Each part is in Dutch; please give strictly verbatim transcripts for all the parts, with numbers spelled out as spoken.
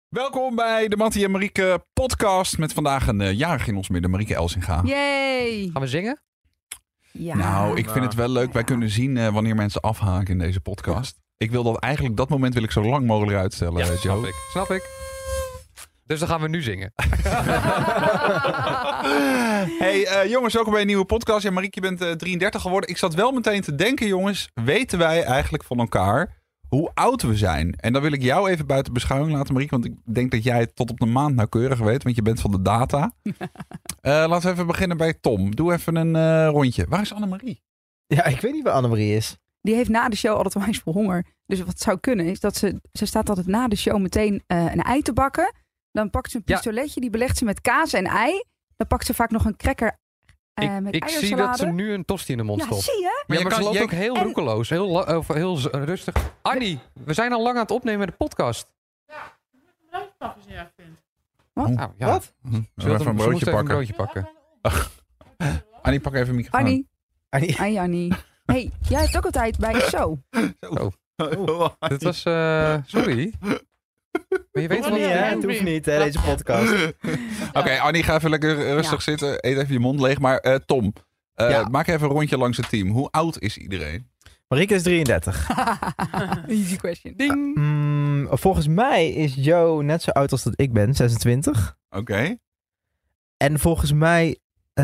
Welkom bij de Mattie en Marieke podcast. Met vandaag een uh, jarig in ons midden, Marieke Elsinga. Yay! Gaan we zingen? Ja. Nou, ik vind het wel leuk. Wij kunnen zien uh, wanneer mensen afhaken in deze podcast. Ik wil dat eigenlijk, dat moment wil ik zo lang mogelijk uitstellen, Ja, Joe. snap ik. Snap ik. Dus dan gaan we nu zingen. Hey uh, jongens, welkom bij een nieuwe podcast. Ja, Marieke, je bent uh, drieëndertig geworden. Ik zat wel meteen te denken, jongens. Weten wij eigenlijk van elkaar hoe oud we zijn? En dan wil ik jou even buiten beschouwing laten, Marieke. Want ik denk dat jij het tot op de maand nauwkeurig weet. Want je bent van de data. uh, laten we even beginnen bij Tom. Doe even een uh, rondje. Waar is Annemarie? Ja, ik weet niet waar Annemarie is. Die heeft na de show altijd onwijs veel honger. Dus wat zou kunnen is dat ze... Ze staat altijd na de show meteen uh, een ei te bakken. Dan pakt ze een pistoletje. Ja. Die belegt ze met kaas en ei. Dan pakt ze vaak nog een cracker uh, ik, met Ik zie dat ze nu een tosti in de mond ja, stopt. zie je? Maar, ja, maar kan, ze loopt jij... ook heel en... roekeloos. Heel, heel, heel rustig. Annie, we zijn al lang aan het opnemen met de podcast. Ja, ik moet een broodje pakken als je erg vindt. Wat? Nou, ja. Wat? Hm, Ze wilde even een broodje even pakken. een broodje pakken. Annie, pak even een microfoon. Annie. Annie. Ai, Annie. Hey, jij hebt ook altijd bij de show. Oh. Dit was... Uh, sorry. Maar je weet Hoeft wel niet, hè? Het hoeft niet, hè, deze podcast. Oké, okay, Annie, ga even lekker rustig Ja. zitten. Eet even je mond leeg. Maar uh, Tom, uh, Ja. maak even een rondje langs het team. Hoe oud is iedereen? Marieke is drieëndertig. Easy question. Ding. Mm, volgens mij is Joe net zo oud als dat ik ben, zesentwintig. Oké. Okay. En volgens mij uh,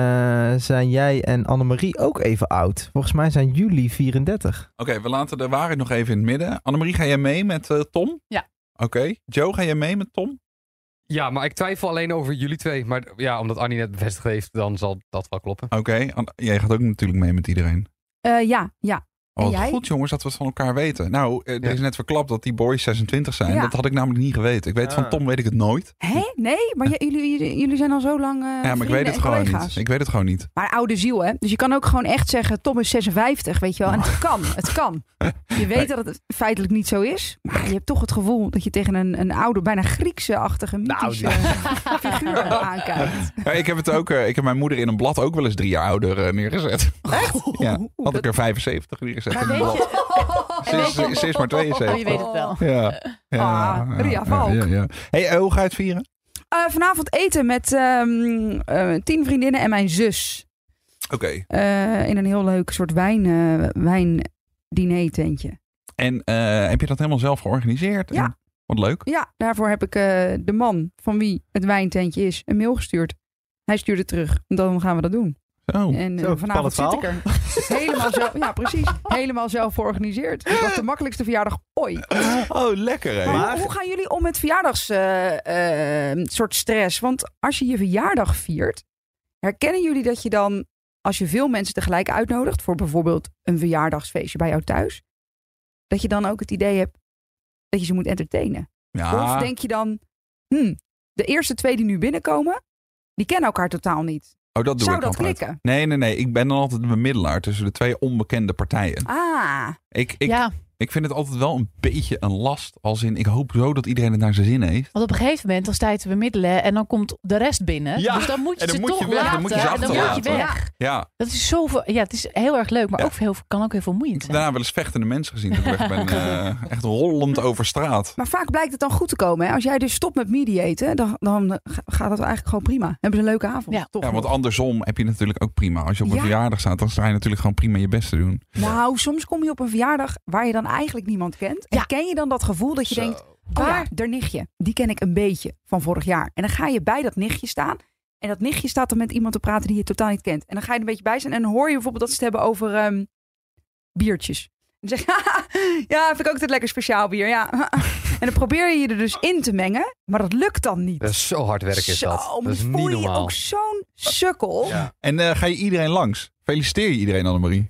zijn jij en Annemarie ook even oud. Volgens mij zijn jullie vierendertig. Oké, okay, we laten de waarheid nog even in het midden. Annemarie, ga jij mee met uh, Tom? Ja. Oké. Okay. Joe, ga jij mee met Tom? Ja, maar ik twijfel alleen over jullie twee. Maar ja, omdat Annie net bevestigd heeft, dan zal dat wel kloppen. Oké. Okay. Jij gaat ook natuurlijk mee met iedereen. Uh, ja, ja. Oh, jij? Goed jongens dat we het van elkaar weten. Nou, er Ja. is net verklapt dat die boys zesentwintig zijn. Ja. Dat had ik namelijk niet geweten. Ik weet Ah. van Tom weet ik het nooit. Hé? Nee? Maar j- jullie, jullie, jullie zijn al zo lang uh, Ja, maar ik weet het gewoon niet. Ik weet het gewoon niet. Maar oude ziel, hè? Dus je kan ook gewoon echt zeggen, Tom is zesenvijftig, weet je wel. En het kan, het kan. Je weet dat het feitelijk niet zo is. Maar je hebt toch het gevoel dat je tegen een, een oude, bijna Griekse-achtige, mythische Nou, figuur aankijkt. Ja, ik heb het ook. Uh, ik heb mijn moeder in een blad ook wel eens drie jaar ouder uh, neergezet. Echt? Ja, had ik er vijfenzeventig neergezet in Maar een weet blad. je... Ze is, ze, ze is maar tweeënzeventig. Oh, je weet het wel. Ja. Ja, Ah, Ria Valk. Ja, ja. Hey, uh, hoe ga je het vieren? Uh, vanavond eten met um, uh, tien vriendinnen en mijn zus. Oké. Okay. Uh, in een heel leuk soort wijn, uh, wijndiner-tentje. En uh, heb je dat helemaal zelf georganiseerd? Ja. En, wat leuk. Ja, daarvoor heb ik uh, de man van wie het wijntentje is een mail gestuurd. Hij stuurde terug. En dan gaan we dat doen. Zo. En uh, Zo, vanavond zit ik er. Helemaal zelf, ja, precies. Helemaal zelf georganiseerd. Dat was de makkelijkste verjaardag ooit. Oh, lekker hè. Maar Maar- hoe, hoe gaan jullie om met verjaardags uh, uh, soort stress? Want als je je verjaardag viert, herkennen jullie dat je dan, als je veel mensen tegelijk uitnodigt, voor bijvoorbeeld een verjaardagsfeestje bij jou thuis, dat je dan ook het idee hebt dat je ze moet entertainen? Ja. Of denk je dan, hm, de eerste twee die nu binnenkomen, die kennen elkaar totaal niet. Oh, dat doe Zou ik dat altijd. klikken? Nee, nee, nee. Ik ben dan altijd de bemiddelaar tussen de twee onbekende partijen. Ah, Ik, ik, Ja, ik vind het altijd wel een beetje een last. Als in, ik hoop zo dat iedereen het naar zijn zin heeft. want op een gegeven moment dan sta je te bemiddelen en dan komt de rest binnen. Ja, Dus dan moet je en dan ze moet je toch weg, dan laten. moet je ze en dan moet je achterlaten. weg. Ja, Dat is zoveel. Ja, het is heel erg leuk, maar Ja. ook heel, kan ook heel vermoeiend ik heb zijn. daarna wel eens vechtende mensen gezien. Toen ik weg ben uh, echt rollend over straat. maar vaak blijkt het dan goed te komen. Hè? Als jij dus stopt met mediaten, dan, dan gaat het eigenlijk gewoon prima. Hebben ze een leuke avond. Ja. Toch Ja, want nog. andersom heb je natuurlijk ook prima. Als je op een Ja. verjaardag staat, dan sta je natuurlijk gewoon prima je best te doen. Nou, soms kom je op een verjaardag waar je dan eigenlijk niemand kent. En Ja. ken je dan dat gevoel dat je Zo. denkt, oh ja, der nichtje, die ken ik een beetje van vorig jaar. En dan ga je bij dat nichtje staan. En dat nichtje staat dan met iemand te praten die je totaal niet kent. En dan ga je er een beetje bij zijn. En dan hoor je bijvoorbeeld dat ze het hebben over um, biertjes. En dan zeg je, ja, vind ik ook altijd lekker speciaal bier. Ja. En dan probeer je je er dus in te mengen. Maar dat lukt dan niet. Dat is zo hard werk is Zo, dat. maar Dat is voel niet je je normaal. ook zo'n sukkel. Ja. En uh, ga je iedereen langs? Feliciteer je iedereen, Annemarie?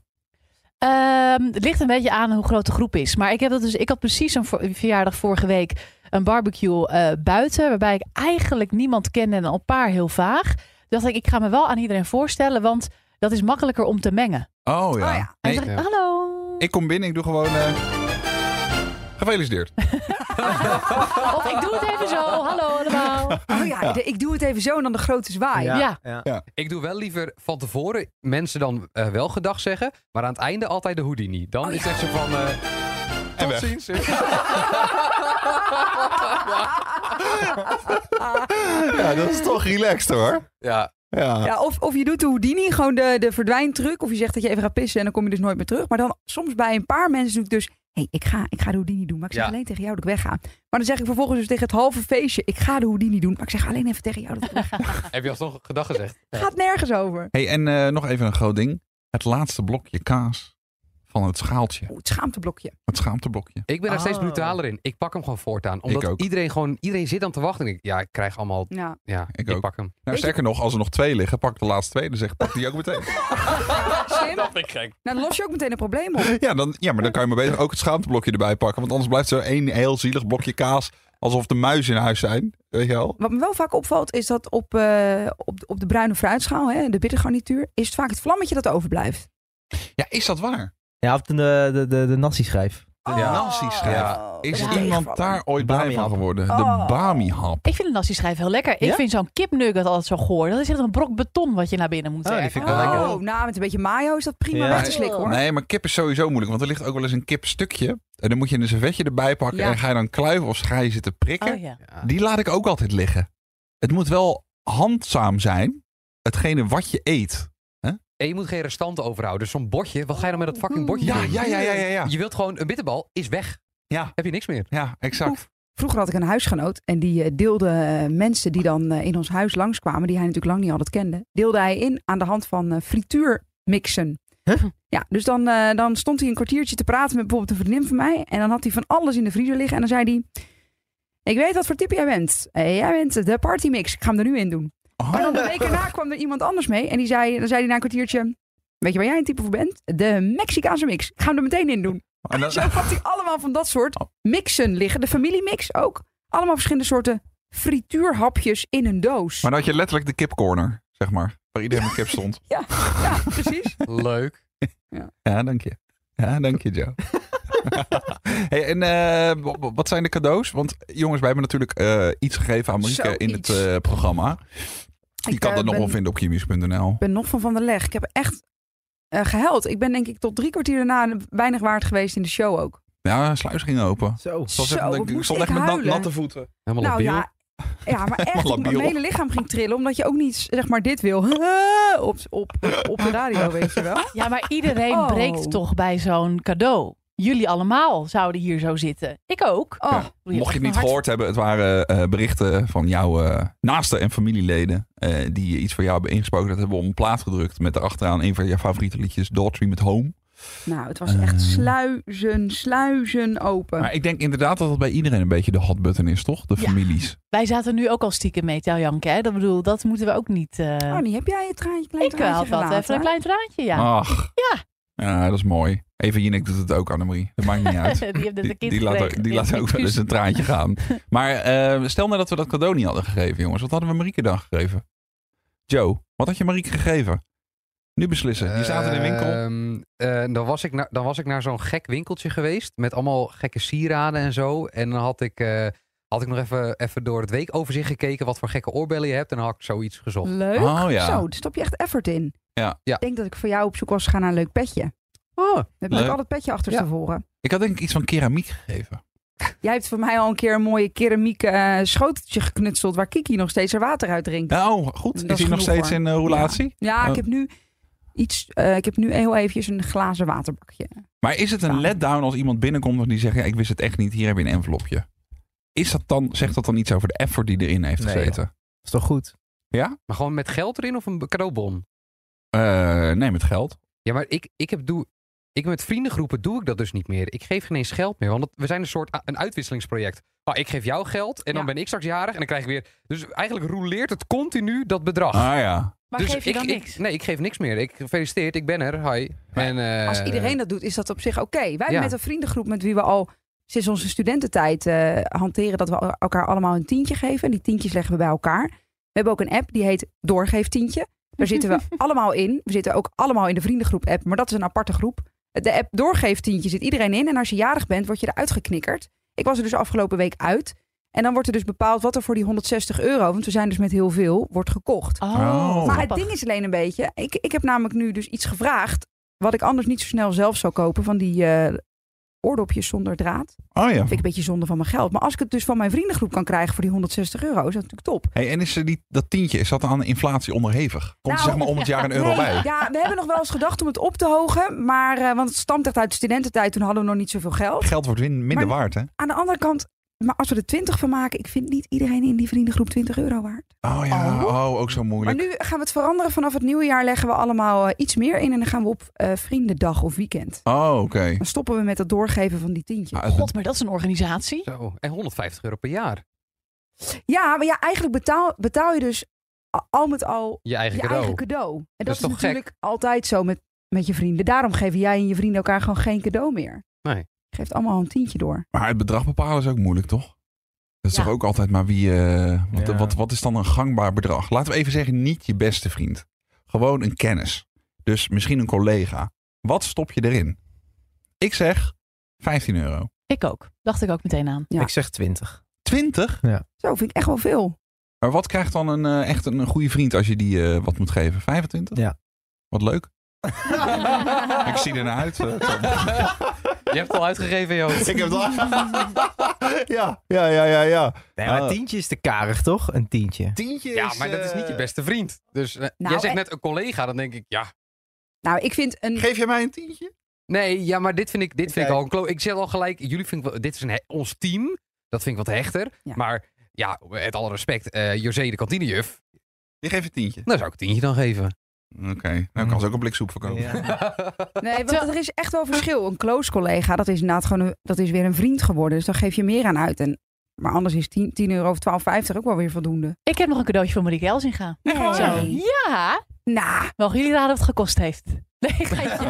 Um, het ligt een beetje aan hoe groot de groep is. Maar ik, heb dat dus, ik had precies een verjaardag vorige week. Een barbecue uh, buiten. Waarbij ik eigenlijk niemand kende en een paar heel vaag. dacht ik, ik ga me wel aan iedereen voorstellen. Want dat is makkelijker om te mengen. Oh ja. Oh ja. En Nee, dan dacht ik, Ja. hallo. ik kom binnen, ik doe gewoon... Uh... Gefeliciteerd. Of ik doe het even zo. Hallo allemaal. Oh ja, de- ik doe het even zo en dan de grote zwaai. Ja. ja. Ik doe wel liever van tevoren mensen dan uh, wel gedag zeggen. Maar aan het einde altijd de Houdini. Dan Oh, is ja. het echt zo van... Uh, En tot weg. ziens. Ja, dat is toch relaxed hoor. Ja. Ja. Ja, of, of je doet de Houdini, gewoon de, de verdwijntruc. Of je zegt dat je even gaat pissen en dan kom je dus nooit meer terug. Maar dan soms bij een paar mensen doe ik dus... Hé, hey, ik, ga, ik ga de Houdini doen, maar ik zeg Ja. alleen tegen jou dat ik wegga. Maar dan zeg ik vervolgens dus tegen het halve feestje... Ik ga de Houdini doen, maar ik zeg alleen even tegen jou dat ik wegga. Heb je alsnog gedag gezegd? Ja. Gaat nergens over. Hey, en uh, nog even een groot ding. Het laatste blokje kaas van het schaaltje. Oeh, het schaamteblokje. Het schaamteblokje. Ik ben er steeds Oh. brutaler in. Ik pak hem gewoon voortaan. Omdat ook. iedereen gewoon... Iedereen zit aan te wachten. En ik, ja, ik krijg allemaal... Ja. Ja, Ik ik, ook. pak hem. Nou, Weet sterker nog, als er nog twee liggen, pak ik de laatste twee. Dan zeg ik, pak die ook meteen. Slim. Dat vind ik gek. Nou, dan los je ook meteen een probleem op. Ja, dan, ja, maar dan kan je maar beter ook het schaamteblokje erbij pakken. Want anders blijft zo één heel zielig blokje kaas. Alsof de muizen in huis zijn. Weet je wel? Wat me wel vaak opvalt is dat op, uh, op, op de bruine fruitschaal, hè, de bittergarnituur, is het vaak het vlammetje dat overblijft. Ja, is dat waar? Ja, of de, de, de, de nasi-schijf. De Oh. nasi-schijf. Ja. Is Ja. iemand Tegenvallen. daar ooit blij van Bami-hap. geworden? Oh. De bami-hap. Ik vind de nasi-schijf heel lekker. Ik Ja? vind zo'n kipnugget altijd zo goor. Dat is echt een brok beton wat je naar binnen moet Oh, die werken. vind ik wel Oh, lekker. nou, met een beetje mayo is dat prima Ja. weg te slikken, hoor. Nee, maar kip is sowieso moeilijk. Want er ligt ook wel eens een kipstukje. En dan moet je een servetje erbij pakken. Ja. En ga je dan kluiven of ga je zitten prikken. Oh, ja. Ja. Die laat ik ook altijd liggen. Het moet wel handzaam zijn. Hetgene wat je eet. En je moet geen restanten overhouden. Dus zo'n bordje, wat ga je dan met dat fucking bordje Ja, doen? ja, ja, ja, ja. Ja, Je wilt gewoon, een bitterbal is weg. ja, Heb je niks meer. ja exact. Vroeger had ik een huisgenoot en die eh, deelde eh, mensen die dan eh, in ons huis langskwamen, die hij natuurlijk lang niet altijd kende, deelde hij in aan de hand van eh, frituurmixen. Huh? Ja, dus dan, eh, dan stond hij een kwartiertje te praten met bijvoorbeeld een vriendin van mij en dan had hij van alles in de vriezer liggen en dan zei hij, ik weet wat voor type jij bent. Eh, jij bent de partymix, ik ga hem er nu in doen. Maar dan de week erna kwam er iemand anders mee en die zei, dan zei hij na een kwartiertje, weet je waar jij een type voor bent? De Mexicaanse mix, ik ga hem er meteen in doen. En dan- Zo had hij allemaal van dat soort mixen liggen. De familiemix ook. Allemaal verschillende soorten frituurhapjes in een doos. Maar dan had je letterlijk de kipcorner, zeg maar. Waar iedereen met kip stond. Ja, precies. Leuk. Ja, dank je. Ja, dank je, Joe. Hey, en eh, w- wat zijn de cadeaus? Want jongens, wij hebben natuurlijk eh, iets gegeven aan Marieke in het Zoiets. eh, programma. Je Ik, kan eh, dat nog ben- wel vinden op kiemuziek punt n l. Ik ben nog van van de leg. Ik heb echt uh, gehuild. Ik ben denk ik tot drie kwartier daarna weinig waard geweest in de show ook. Ja, een sluis ging open. Zo. Het was Zo, echt- wat ik moest stond ik echt met nat- huilen. natte voeten. Helemaal Nou labiel. ja, ja, maar echt, ik- Labiel. mijn hele lichaam ging trillen. Omdat je ook niet, zeg maar, dit wil. op, op, op de radio, weet je wel. Ja, maar iedereen Oh. breekt toch bij zo'n cadeau. Jullie allemaal zouden hier zo zitten. Ik ook. Oh, Ja. Doe Mocht je het echt niet hard- gehoord hebben, het waren eh, berichten van jouw eh, naasten en familieleden. eh, die iets voor jou hebben ingesproken. Dat hebben we op een plaat gedrukt. Met daarachteraan een van je favoriete liedjes, Daughtry met Home. nou, het was echt Eh. sluizen, sluizen open. Maar ik denk inderdaad dat het bij iedereen een beetje de hot button is, toch? De Ja. families. Wij zaten nu ook al stiekem mee, Tel Janke. Hè? Dat bedoel, dat moeten we ook niet... eh Arnie, heb jij je traantje, klein ik traantje had wat gelaten? even een klein traantje, ja. Ach. Ja. Ja, dat is mooi. Eva Jinek doet het ook, Annemarie. Dat maakt niet uit. Die heeft net een Die, kind die laat, gekregen. die laat ook wel eens een traantje gaan. Maar eh, stel nou dat we dat cadeau niet hadden gegeven, jongens. Wat hadden we Marieke dan gegeven? Joe, wat had je Marieke gegeven? Nu beslissen. Je staat in de winkel. Ehm, eh, dan, was ik naar, dan was ik naar zo'n gek winkeltje geweest. Met allemaal gekke sieraden en zo. En dan had ik, eh, had ik nog even, even door het weekoverzicht gekeken. Wat voor gekke oorbellen je hebt. En dan had ik zoiets gezocht. Leuk. Oh, ja. Zo, daar stop je echt effort in. Ja. Ja. Ik denk dat ik voor jou op zoek was gegaan naar een leuk petje. Oh, Dan heb ik Leuk. altijd het petje achterstevoren. Ik had denk ik iets van keramiek gegeven. Jij hebt voor mij al een keer een mooie keramiek eh, schoteltje geknutseld waar Kiki nog steeds haar water uit drinkt. Nou, goed. Dat Is is hij nog genoeg, steeds hoor. in uh, roulatie? Ja, ik Oh. heb nu iets. eh, ik heb nu heel eventjes een glazen waterbakje. Maar is het een Staan. letdown als iemand binnenkomt en die zegt... Ja, ik wist het echt niet. Hier heb je een envelopje. Is dat dan, zegt dat dan iets over de effort die erin heeft Nee, gezeten? Dat is toch goed? Ja? maar gewoon met geld erin of een cadeaubon? Uh, nee, met geld. Ja, maar ik, ik heb doe... Ik met vriendengroepen doe ik dat dus niet meer. Ik geef geen eens geld meer. Want het- we zijn een soort a- een uitwisselingsproject. Nou, ik geef jou geld en dan Ja. ben ik straks jarig en dan krijg ik weer... Dus eigenlijk rouleert het continu dat bedrag. Ah ja. Maar dus geef je ik, dan ik- niks? nee, ik geef niks meer. Ik gefeliciteerd, ik ben er. Hi. En, eh, Als iedereen dat doet, is dat op zich oké. Wij hebben Ja. met een vriendengroep met wie we al sinds onze studententijd eh, hanteren dat we elkaar allemaal een tientje geven. En die tientjes leggen we bij elkaar. We hebben ook een app die heet Doorgeeftientje. Daar zitten we allemaal in. We zitten ook allemaal in de vriendengroep app, maar dat is een aparte groep. De app Doorgeeftientje zit iedereen in. En als je jarig bent, word je eruit geknikkerd. Ik was er dus afgelopen week uit. En dan wordt er dus bepaald wat er voor die honderdzestig euro, want we zijn dus met heel veel, wordt gekocht. Oh, Oh. Maar het grappig. ding is alleen een beetje, ik, ik heb namelijk nu dus iets gevraagd wat ik anders niet zo snel zelf zou kopen van die, eh, oordopjes zonder draad. Oh ja. Vind ik een beetje zonde van mijn geld. Maar als ik het dus van mijn vriendengroep kan krijgen voor die honderdzestig euro, is dat natuurlijk top. Hey, en is er die, dat tientje, is dat aan de inflatie onderhevig? Komt er Nou, zeg maar om het jaar een euro Nee, bij? ja, we hebben nog wel eens gedacht om het op te hogen. Maar, uh, want het stamt echt uit de studententijd. Toen hadden we nog niet zoveel geld. Geld wordt win- minder Maar- waard, hè? Aan de andere kant, maar als we er twintig van maken, ik vind niet iedereen in die vriendengroep twintig euro waard. Oh ja, oh, ook zo Maar moeilijk. nu gaan we het veranderen. Vanaf het nieuwe jaar leggen we allemaal uh, iets meer in. En dan gaan we op uh, vriendendag of weekend. Oh, oké. Okay. Dan stoppen we met het doorgeven van die tientjes. Ah, het- God, maar dat is een organisatie. Zo. En honderdvijftig euro per jaar. Ja, maar ja, eigenlijk betaal, betaal je dus a- al met al Je eigen je cadeau. eigen cadeau. En dat, is is, toch natuurlijk altijd zo met, met je vrienden. Daarom geven jij en je vrienden elkaar gewoon geen cadeau meer. Nee. Je geeft allemaal een tientje door. Maar het bedrag bepalen is ook moeilijk, toch? Dat is Ja. toch ook altijd maar wie... Uh, wat, Ja. wat, wat is dan een gangbaar bedrag? Laten we even zeggen, niet je beste vriend. Gewoon een kennis. Dus misschien een collega. Wat stop je erin? Ik zeg vijftien euro. Ik ook. Dacht ik ook meteen aan. Ja. Ik zeg twintig. twintig? Zo, vind ik echt wel veel. Maar wat krijgt dan een, uh, echt een, een goede vriend als je die uh, wat moet geven? vijfentwintig? Ja. Wat leuk. Ik zie er naar uit. Uh, Je hebt het al uitgegeven, Joost. ik heb het al... ja, ja, ja, ja, ja. Nee, maar Oh. tientje is te karig, toch? Een tientje. Tientje Ja, is, maar dat is niet je uh, beste vriend. Dus uh, Nou, jij zegt en- net een collega, dan denk ik, ja. Nou, ik vind een... Geef je mij een tientje? Nee, ja, maar dit vind ik, dit vind ik Kijk. al een klo. Ik zeg al gelijk, jullie vind ik wel, dit is een he- ons team. Dat vind ik wat hechter. Ja. Maar ja, met alle respect, eh José de kantinejuf, Die geeft een tientje. daar zou ik een tientje dan geven. Oké, okay. Nou kan ze ook een blik soep verkopen. Ja. Nee, want er is echt wel verschil. Een close collega, dat is inderdaad gewoon een, dat is weer een vriend geworden. Dus dan geef je meer aan uit. En, maar anders is tien, tien euro of twaalf vijftig ook wel weer voldoende. Ik heb nog een cadeautje voor Marieke Elsinga. Nee. Zo. Ja. Nou, Mogen jullie raden wat het gekost heeft? Nee, geintje.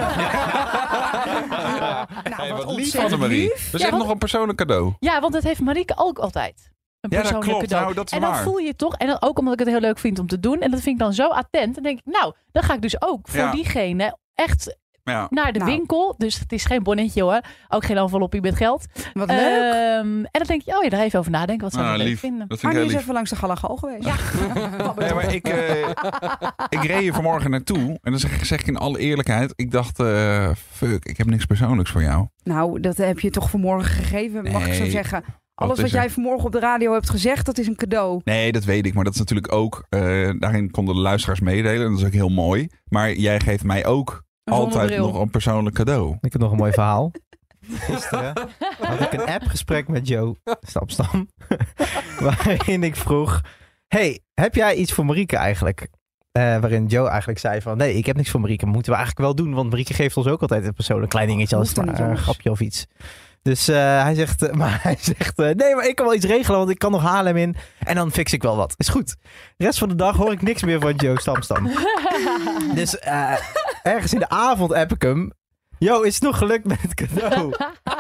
nou Hey, wat wat lief ontzettend van Marie. lief. Dat is Ja, echt want- nog een persoonlijk cadeau. Ja, want dat heeft Marieke ook altijd. Een Ja, dat persoonlijk klopt. cadeau. Nou, dat is en dan waar. voel je het toch, en dan ook omdat ik het heel leuk vind om te doen. En dat vind ik dan zo attent. Dan denk ik, nou, dan ga ik dus ook voor Ja. diegene echt Ja. naar de Nou. winkel. Dus het is geen bonnetje hoor. Ook geen envelopje met geld. Wat leuk. Ehm, en dan denk je, oh ja, daar even over nadenken. Wat zou ik Nou, leuk lief. vinden? Dat vind ik Arnie heel is lief. even langs de Galagal geweest. Ja. Nee, maar ik, uh, ik reed hier vanmorgen naartoe. En dan zeg, zeg ik in alle eerlijkheid. Ik dacht, uh, fuck, ik heb niks persoonlijks voor jou. Nou, dat heb je toch vanmorgen gegeven, mag ik zo Nee. zeggen. Alles is wat er? jij vanmorgen op de radio hebt gezegd, dat is een cadeau. Nee, dat weet ik. Maar dat is natuurlijk ook... Uh, daarin konden de luisteraars meedelen. En dat is ook heel mooi. Maar jij geeft mij ook Een altijd zonnebril. nog een persoonlijk cadeau. Ik heb nog een mooi verhaal. Gisteren had ik een appgesprek met Joe Stapstam. Waarin ik vroeg... Hey, heb jij iets voor Marieke eigenlijk? Uh, waarin Joe eigenlijk zei van... Nee, ik heb niks voor Marieke. Maar moeten we eigenlijk wel doen. Want Marieke geeft ons ook altijd een persoonlijk klein dingetje. Als Hoeft er het niet, maar een jongens. grapje of iets. Dus uh, hij zegt... Uh, maar hij zegt... Uh, nee, maar ik kan wel iets regelen. Want ik kan nog Haarlem in. En dan fix ik wel wat. Is goed. De rest van de dag hoor ik niks meer van Joe Stapstam. Dus uh, ergens in de avond app ik hem... Yo, is het nog gelukt met het cadeau?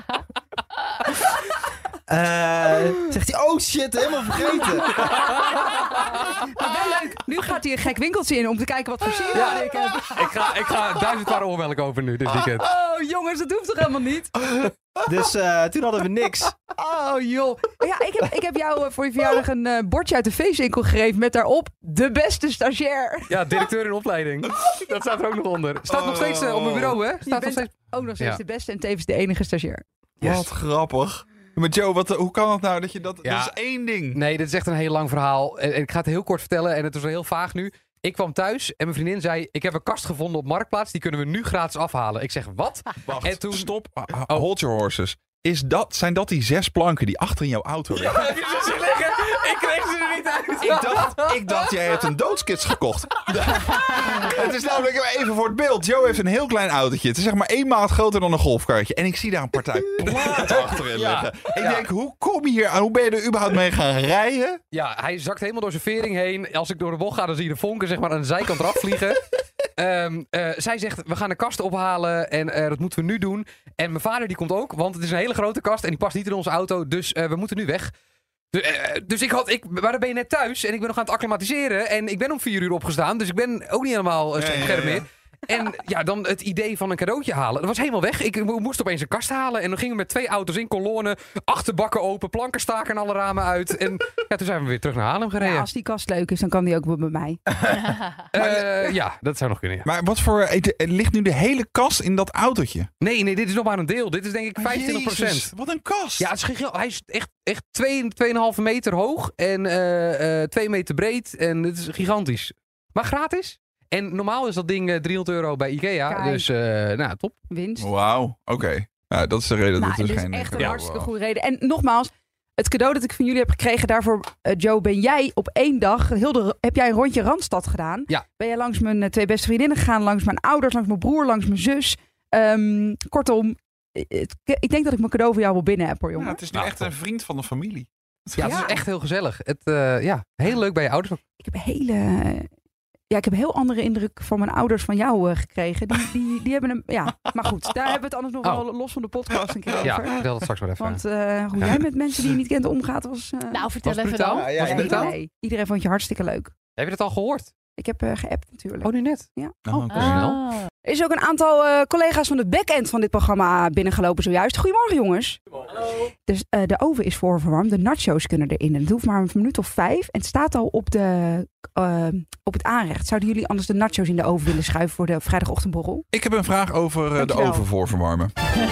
Uh, zegt hij, oh shit, helemaal vergeten. Maar wel leuk. Nu gaat hij een gek winkeltje in om te kijken wat voor sieraden ik heb. Ik ga, ik ga duizend paar oormelk kopen nu dit weekend. Oh jongens, dat hoeft toch helemaal niet? Dus uh, toen hadden we niks. Oh joh. Ja, ik heb, ik heb jou uh, voor je verjaardag een uh, bordje uit de feestwinkel gegeven met daarop de beste stagiair. Ja, directeur in opleiding. Dat staat er ook nog onder. Staat nog steeds uh, op mijn bureau, hè? Je Staat nog bent steeds... ook nog steeds Ja. de beste en tevens de enige stagiair. Yes. Wat grappig. Maar Joe, wat, hoe kan het nou dat je dat... Ja. Dat is één ding. Nee, dit is echt een heel lang verhaal. En, en ik ga het heel kort vertellen en het is wel heel vaag nu. Ik kwam thuis en mijn vriendin zei... Ik heb een kast gevonden op Marktplaats. Die kunnen we nu gratis afhalen. Ik zeg, wat? Wacht, En toen- stop. Oh. Hold your horses. Is dat, zijn dat die zes planken die achter in jouw auto liggen? Heb je ze zien liggen? Ik kreeg ze er niet uit. Ik dacht, ik dacht, jij hebt een doodskits gekocht. Het is namelijk even voor het beeld. Joe heeft een heel klein autootje. Het is zeg maar één maat groter dan een golfkarretje. En ik zie daar een partij platen achterin Ja. liggen. Ik Ja. denk, hoe kom je hier aan? Hoe ben je er überhaupt mee gaan rijden? Ja, hij zakt helemaal door zijn vering heen. Als ik door de bocht ga, dan zie je de vonken zeg maar, aan de zijkant eraf vliegen. Um, uh, zij zegt, we gaan de kast ophalen en uh, dat moeten we nu doen. En mijn vader die komt ook, want het is een hele grote kast en die past niet in onze auto. Dus uh, we moeten nu weg. De, uh, dus ik had, ik, maar dan ben je net thuis en ik ben nog aan het acclimatiseren. En ik ben om vier uur opgestaan, dus ik ben ook niet helemaal uh, Ja, ja, scherp ja. meer. En ja, dan het idee van een cadeautje halen. Dat was helemaal weg. Ik moest opeens een kast halen. En dan gingen we met twee auto's in kolonne. Achterbakken open, planken staken alle ramen uit. En ja, toen zijn we weer terug naar Haarlem gereden. Ja, als die kast leuk is, dan kan die ook wel bij mij. Uh, ja, dat zou nog kunnen. Ja. Maar wat voor... Ligt nu de hele kast in dat autootje? Nee, nee, dit is nog maar een deel. Dit is denk ik vijfentwintig procent. Jezus, wat een kast. Ja, het is giga- hij is echt, echt twee, twee komma vijf meter hoog. En uh, uh, twee meter breed. En het is gigantisch. Maar gratis. En normaal is dat ding uh, driehonderd euro bij Ikea. Kijk. Dus, uh, nou, top. Winst. Wauw, oké. Okay. Ja, dat is de reden. Nou, dat is dit is geen echt een cadeau. hartstikke goede reden. En nogmaals, het cadeau dat ik van jullie heb gekregen, daarvoor, uh, Joe, ben jij op één dag, heel de, heb jij een rondje Randstad gedaan? Ja. Ben jij langs mijn uh, twee beste vriendinnen gegaan, langs mijn ouders, langs mijn broer, langs mijn zus. Um, kortom, het, ik denk dat ik mijn cadeau voor jou wel binnen heb, hoor, jongen. Ja, het is nu Nou, echt een vriend van de familie. Ja, het Ja. is echt heel gezellig. Het, uh, ja, heel leuk bij je ouders. Ik heb een hele... Ja, ik heb een heel andere indruk van mijn ouders van jou uh, gekregen. Die, die, die hebben een... Ja, maar goed. Daar hebben we het anders nog Oh. wel los van de podcast een keer over. Ja, ik vertel dat straks maar even. Want uh, hoe jij met mensen die je niet kent omgaat was... Uh, Nou, vertel Was even brutaal? dan. Ja, ja, Was ja. het brutaal? nee, iedereen vond je hartstikke leuk. Heb je het al gehoord? Ik heb uh, geappt natuurlijk. Oh, nu net. Ja. Oh, oké. Ah. Er is ook een aantal uh, collega's van de backend van dit programma binnengelopen zojuist. Goedemorgen, jongens. Hallo. Dus uh, de oven is voorverwarmd. De nachos kunnen erin. En het hoeft maar een minuut of vijf. En het staat al op, de, uh, op het aanrecht. Zouden jullie anders de nachos in de oven willen schuiven voor de vrijdagochtendborrel? Ik heb een vraag over uh, de Dankjewel. oven voorverwarmen.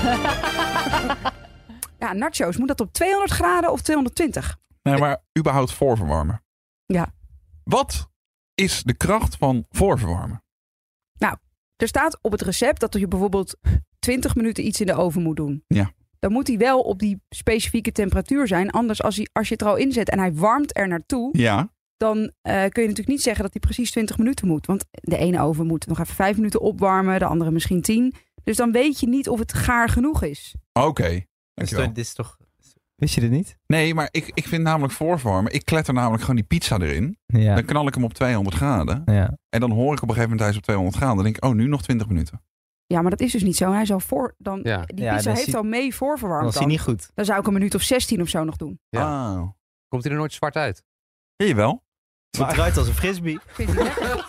Ja, nachos. Moet dat op tweehonderd graden of tweehonderdtwintig? Nee, maar überhaupt voorverwarmen. Ja. Wat is de kracht van voorverwarmen? Er staat op het recept dat je bijvoorbeeld twintig minuten iets in de oven moet doen. Ja. Dan moet hij wel op die specifieke temperatuur zijn. Anders als, hij, als je het er al in zet en hij warmt er naartoe, Ja. dan uh, kun je natuurlijk niet zeggen dat hij precies twintig minuten moet. Want de ene oven moet nog even vijf minuten opwarmen, de andere misschien tien. Dus dan weet je niet of het gaar genoeg is. Oké. Okay. Dus Dankjewel. dit is toch... Wist je dit niet? Nee, maar ik, ik vind namelijk voorverwarmen. Ik kletter namelijk gewoon die pizza erin. Ja. Dan knal ik hem op tweehonderd graden. ja. En dan hoor ik op een gegeven moment hij is op tweehonderd graden. Dan denk ik, oh, nu nog twintig minuten. Ja, maar dat is dus niet zo. Hij is al voor, dan, Ja. Die Ja, pizza dan heeft zie- al mee Dan voorverwarmd. is hij Dan. niet goed. dan zou ik een minuut of zestien of zo nog doen. Ja. Oh. Komt hij er nooit zwart uit? Ja, jawel. Het eruit als een frisbee. Ik vind het lekker.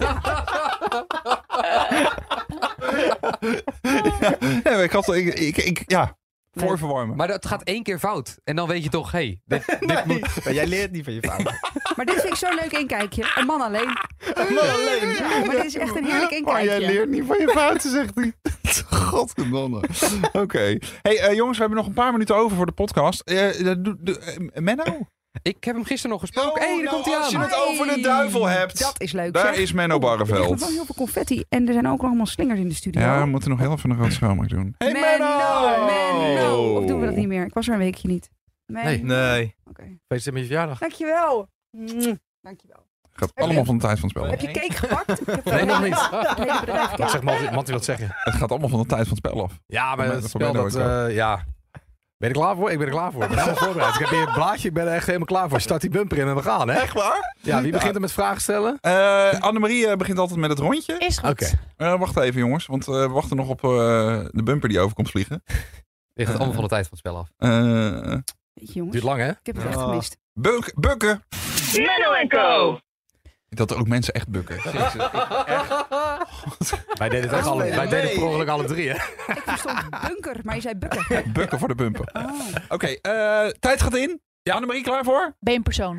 Ja, ik had, ik, ik, ik, ja, Nee. voorverwarmen. Maar dat gaat één keer fout. En dan weet je toch, hé, hey, dit, dit moet... Maar jij leert niet van je fouten. Maar dit vind ik zo'n leuk inkijkje. Een man alleen. Man alleen. Ja, maar dit is echt een heerlijk Maar inkijkje. jij leert niet van je fouten, zegt hij. Godverdomme. Oké. Okay. Hey uh, jongens, we hebben nog een paar minuten over voor de podcast. Uh, uh, doe- doe- uh, Menno? Ik heb hem gisteren nog gesproken. Hé, hey, daar nou, komt hij als aan. je het over de duivel hebt. Dat is leuk. Daar zeg. is Menno Oeh, Er ligt Barreveld. nog wel heel veel confetti. En er zijn ook nog allemaal slingers in de studio. Ja, we moeten nog heel even een groot schoonmaak doen. Hey Menno! Menno! Of doen we dat niet meer? Ik was er een weekje niet. Menno. Nee. Nee. Oké. Feest met je verjaardag. Dankjewel. Mm, Dankjewel. Gaat je- allemaal van de tijd van het spel Heb af. je cake gepakt? Ik heb Nee, nog niet. Het hele bedrijf Wat cake. zegt Mattie? Mattie wat zeggen? Het gaat allemaal van de tijd van het spel af. Ja, maar Voor het mij- spel voor mij dat... nou ook eh, ja. Ben je er klaar voor? Ik ben er klaar voor. Ik ben helemaal voorbereid. Ik heb hier het blaadje. Ik ben er echt helemaal klaar voor. Start die bumper in en we gaan, hè? Echt waar? Ja, wie begint er met vragen stellen? Uh, Annemarie uh, begint altijd met het rondje. Is goed. Oké. Uh, wacht even jongens, want uh, we wachten nog op uh, de bumper die over komt vliegen. Dit gaat allemaal van de tijd van het spel af. Uh, Weet je, jongens, Duurt lang, hè? ik heb het echt Oh. gemist. buk, bukken. Menno en Co. Dat er ook mensen echt bukken. Jezus, ik- Wij deden het echt alle, wij deden het per ongeluk alle drie, hè? Ik verstond bunker, maar je zei bukken. bukken voor de bumper. Oh. Oké, okay, uh, tijd gaat in. Ja, Annemarie, klaar voor? Ben je een persoon?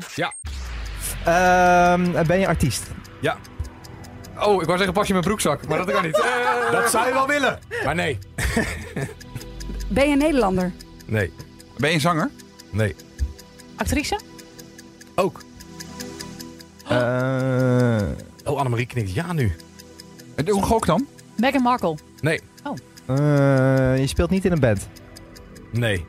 Ehm, ben je artiest? Oh, ik wou zeggen, pas je mijn broekzak. Maar dat kan niet. Eh, Dat zou je wel willen. Maar nee. Ben je een Nederlander? Nee. Ben je een zanger? Nee. Actrice? Ook. Eh, Oh, Annemarie knikt ja nu. Uh, Hoe gok dan? Meghan Markle? Nee. eh, je speelt niet in een band. Nee.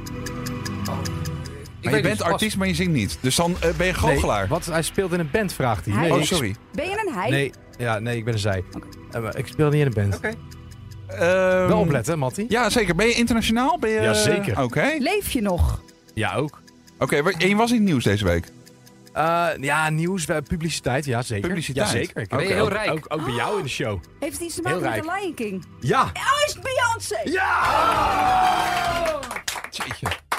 Maar je bent artiest, maar je zingt niet. Dus dan uh, ben je goochelaar. Nee. Wat? Hij speelt in een band, vraagt hij. Hij- Nee, Oh, ik- sorry. Ben je een hij? Nee. Ja, nee, ik ben een zij. Oké. Eh, maar ik speel niet in een band. Oké. Ehm, Wel opletten, Mattie. Ja, zeker. Ben je internationaal? Ben je... Jazeker. Oké. Oké, Leef je nog? Ja, ook. wa- en je was in het nieuws deze week? Uh, ja, nieuws, uh, publiciteit, ja zeker. Publiciteit? Ja, zeker. Ik Ben je ook- heel ook- rijk? Ook, ook bij jou in de show. Heeft het iets te Heel maken met rijk. de Lion King? Ja! Oh, is het Beyoncé? Ja! Jeetje.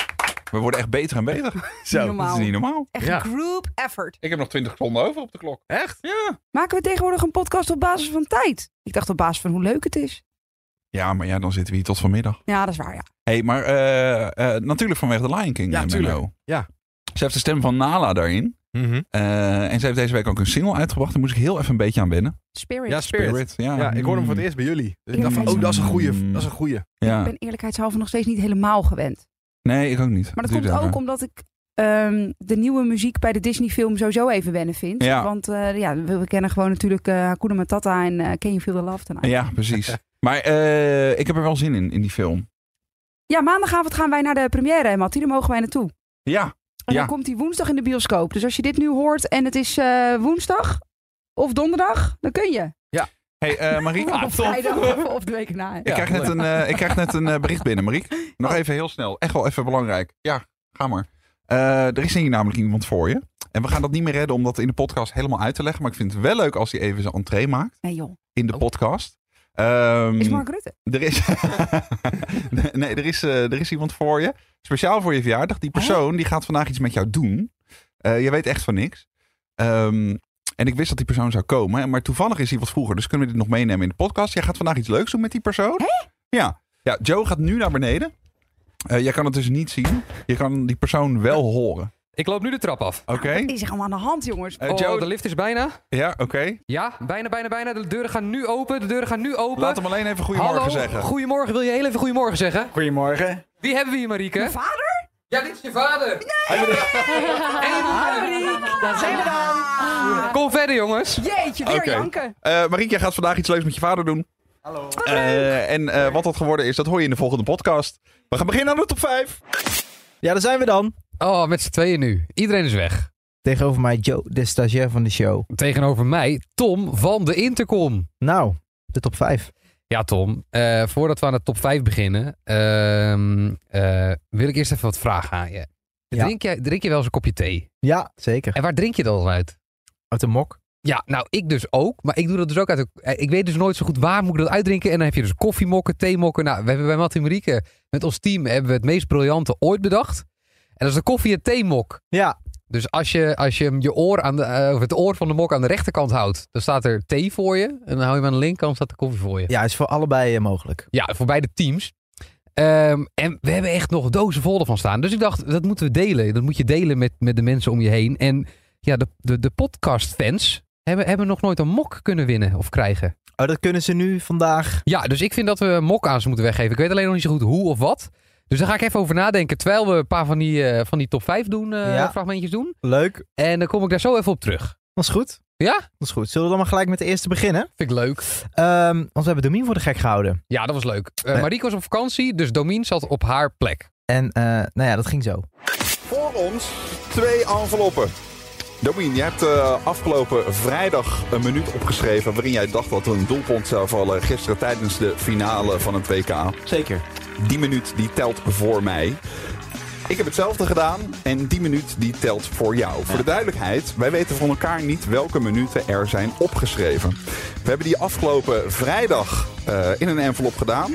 We worden echt beter en beter. Zo, Dat is niet normaal. Echt Ja. een group effort. Ik heb nog twintig seconden over op de klok. Echt? Ja. Maken we tegenwoordig een podcast op basis van tijd? Ik dacht op basis van hoe leuk het is. Ja, maar ja, dan zitten we hier tot vanmiddag. Ja, dat is waar, ja. Hé, hey, maar uh, uh, natuurlijk vanwege de Lion King. Ja, uh, tuurlijk. Menno. Ja. Ze heeft de stem van Nala daarin. Mm-hmm. Uh, en ze heeft deze week ook een single uitgebracht. Daar moest ik heel even een beetje aan wennen. Spirit. Ja, Spirit. Ja, Ja, ik hoorde hem voor het eerst bij jullie. Dus ik dacht van, oh, dat is een goeie. Dat is een goeie. Ja. Ik ben eerlijkheidshalve nog steeds niet helemaal gewend. Nee, ik ook niet. Maar dat Duurt komt ook even. omdat ik um, de nieuwe muziek bij de Disney-film sowieso even wennen vind. Ja. Want uh, ja, we, we kennen gewoon natuurlijk uh, Hakuna Matata en uh, Can You Feel the Love Tonight. Ja, precies. Maar uh, ik heb er wel zin in, in die film. Ja, maandagavond gaan wij naar de première, Mattie. Daar mogen wij naartoe. Ja. En Ja. dan komt hij woensdag in de bioscoop. Dus als je dit nu hoort en het is uh, woensdag of donderdag, dan kun je. Hey, uh, Marieke. Of vrijdag of, of de week na. Ik, krijg net een, uh, ik krijg net een uh, bericht binnen, Marieke. Nog even heel snel. Echt wel even belangrijk. Ja, ga maar. Uh, er is hier namelijk iemand voor je. En we gaan dat niet meer redden om dat in de podcast helemaal uit te leggen. Maar ik vind het wel leuk als hij even zijn entree maakt. Nee joh. In de Oh. podcast. Um, Is Mark Rutte? Er is, nee, er is, uh, er is iemand voor je. Speciaal voor je verjaardag. Die persoon die gaat vandaag iets met jou doen. Uh, je weet echt van niks. Um, en ik wist dat die persoon zou komen. Maar toevallig is hij wat vroeger. Dus kunnen we dit nog meenemen in de podcast. Jij gaat vandaag iets leuks doen met die persoon. Hé? Ja. Ja, Joe gaat nu naar beneden. Uh, jij kan het dus niet zien. Je kan die persoon wel horen. Ik loop nu de trap af. Oké. Wat is er allemaal aan de hand, jongens? Uh, Oh, Joe, de lift is bijna. ja, oké. Okay. Ja, bijna, bijna, bijna. De deuren gaan nu open. De deuren gaan nu open. Laat hem alleen even goedemorgen Hallo, zeggen. goedemorgen. Wil je heel even goedemorgen zeggen? Goedemorgen. Wie hebben we hier, Marieke? Mijn vader? Ja, dit is je vader. Hi, Marieke. Daar zijn we dan. Kom verder, jongens. Jeetje, weer Oké. janken. Uh, Marieke, jij gaat vandaag iets leuks met je vader doen. Hallo. Uh, en uh, wat dat geworden is, dat hoor je in de volgende podcast. We gaan beginnen aan de top vijf. Ja, daar zijn we dan. Oh, met z'n tweeën nu. Iedereen is weg. Tegenover mij Joe, de stagiair van de show. Tegenover mij, Tom van de Intercom. Nou, de top vijf. Ja, Tom. Uh, voordat we aan de top vijf beginnen, uh, uh, wil ik eerst even wat vragen aan je. Ja. Drink, je. drink je wel eens een kopje thee? Ja, zeker. En waar drink je dat dan uit? Uit de mok. Ja, nou, ik dus ook. Maar ik doe dat dus ook uit de... Ik weet dus nooit zo goed waar moet ik dat uitdrinken. En dan heb je dus koffiemokken, theemokken. Nou, we hebben bij Mattie en Marieke, met ons team, hebben we het meest briljante ooit bedacht. En dat is de koffie- en theemok. Ja. Dus als je, als je je oor aan de, uh, of het oor van de mok aan de rechterkant houdt, dan staat er thee voor je. En dan hou je hem aan de linkerkant, staat de koffie voor je. Ja, is voor allebei uh, mogelijk. Ja, voor beide teams. Um, en we hebben echt nog dozen vol ervan staan. Dus ik dacht, dat moeten we delen. Dat moet je delen met, met de mensen om je heen. En ja, de, de, de podcastfans hebben, hebben nog nooit een mok kunnen winnen of krijgen. Oh, dat kunnen ze nu vandaag. Ja, dus ik vind dat we een mok aan ze moeten weggeven. Ik weet alleen nog niet zo goed hoe of wat. Dus daar ga ik even over nadenken. Terwijl we een paar van die, uh, van die top vijf doen, uh, Ja. fragmentjes doen. Leuk. En dan kom ik daar zo even op terug. Dat is goed. Ja? Dat is goed. Zullen we dan maar gelijk met de eerste beginnen? Vind ik leuk. Um, want we hebben Domien voor de gek gehouden. Ja, dat was leuk. Uh, Nee. Marieke was op vakantie, dus Domien zat op haar plek. En uh, nou ja, dat ging zo. Voor ons twee enveloppen. Domien, je hebt uh, afgelopen vrijdag een minuut opgeschreven waarin jij dacht dat er een doelpunt zou vallen gisteren tijdens de finale van het W K. Zeker. Die minuut die telt voor mij. Ik heb hetzelfde gedaan en die minuut die telt voor jou. Ja. Voor de duidelijkheid, wij weten van elkaar niet welke minuten er zijn opgeschreven. We hebben die afgelopen vrijdag uh, in een envelop gedaan.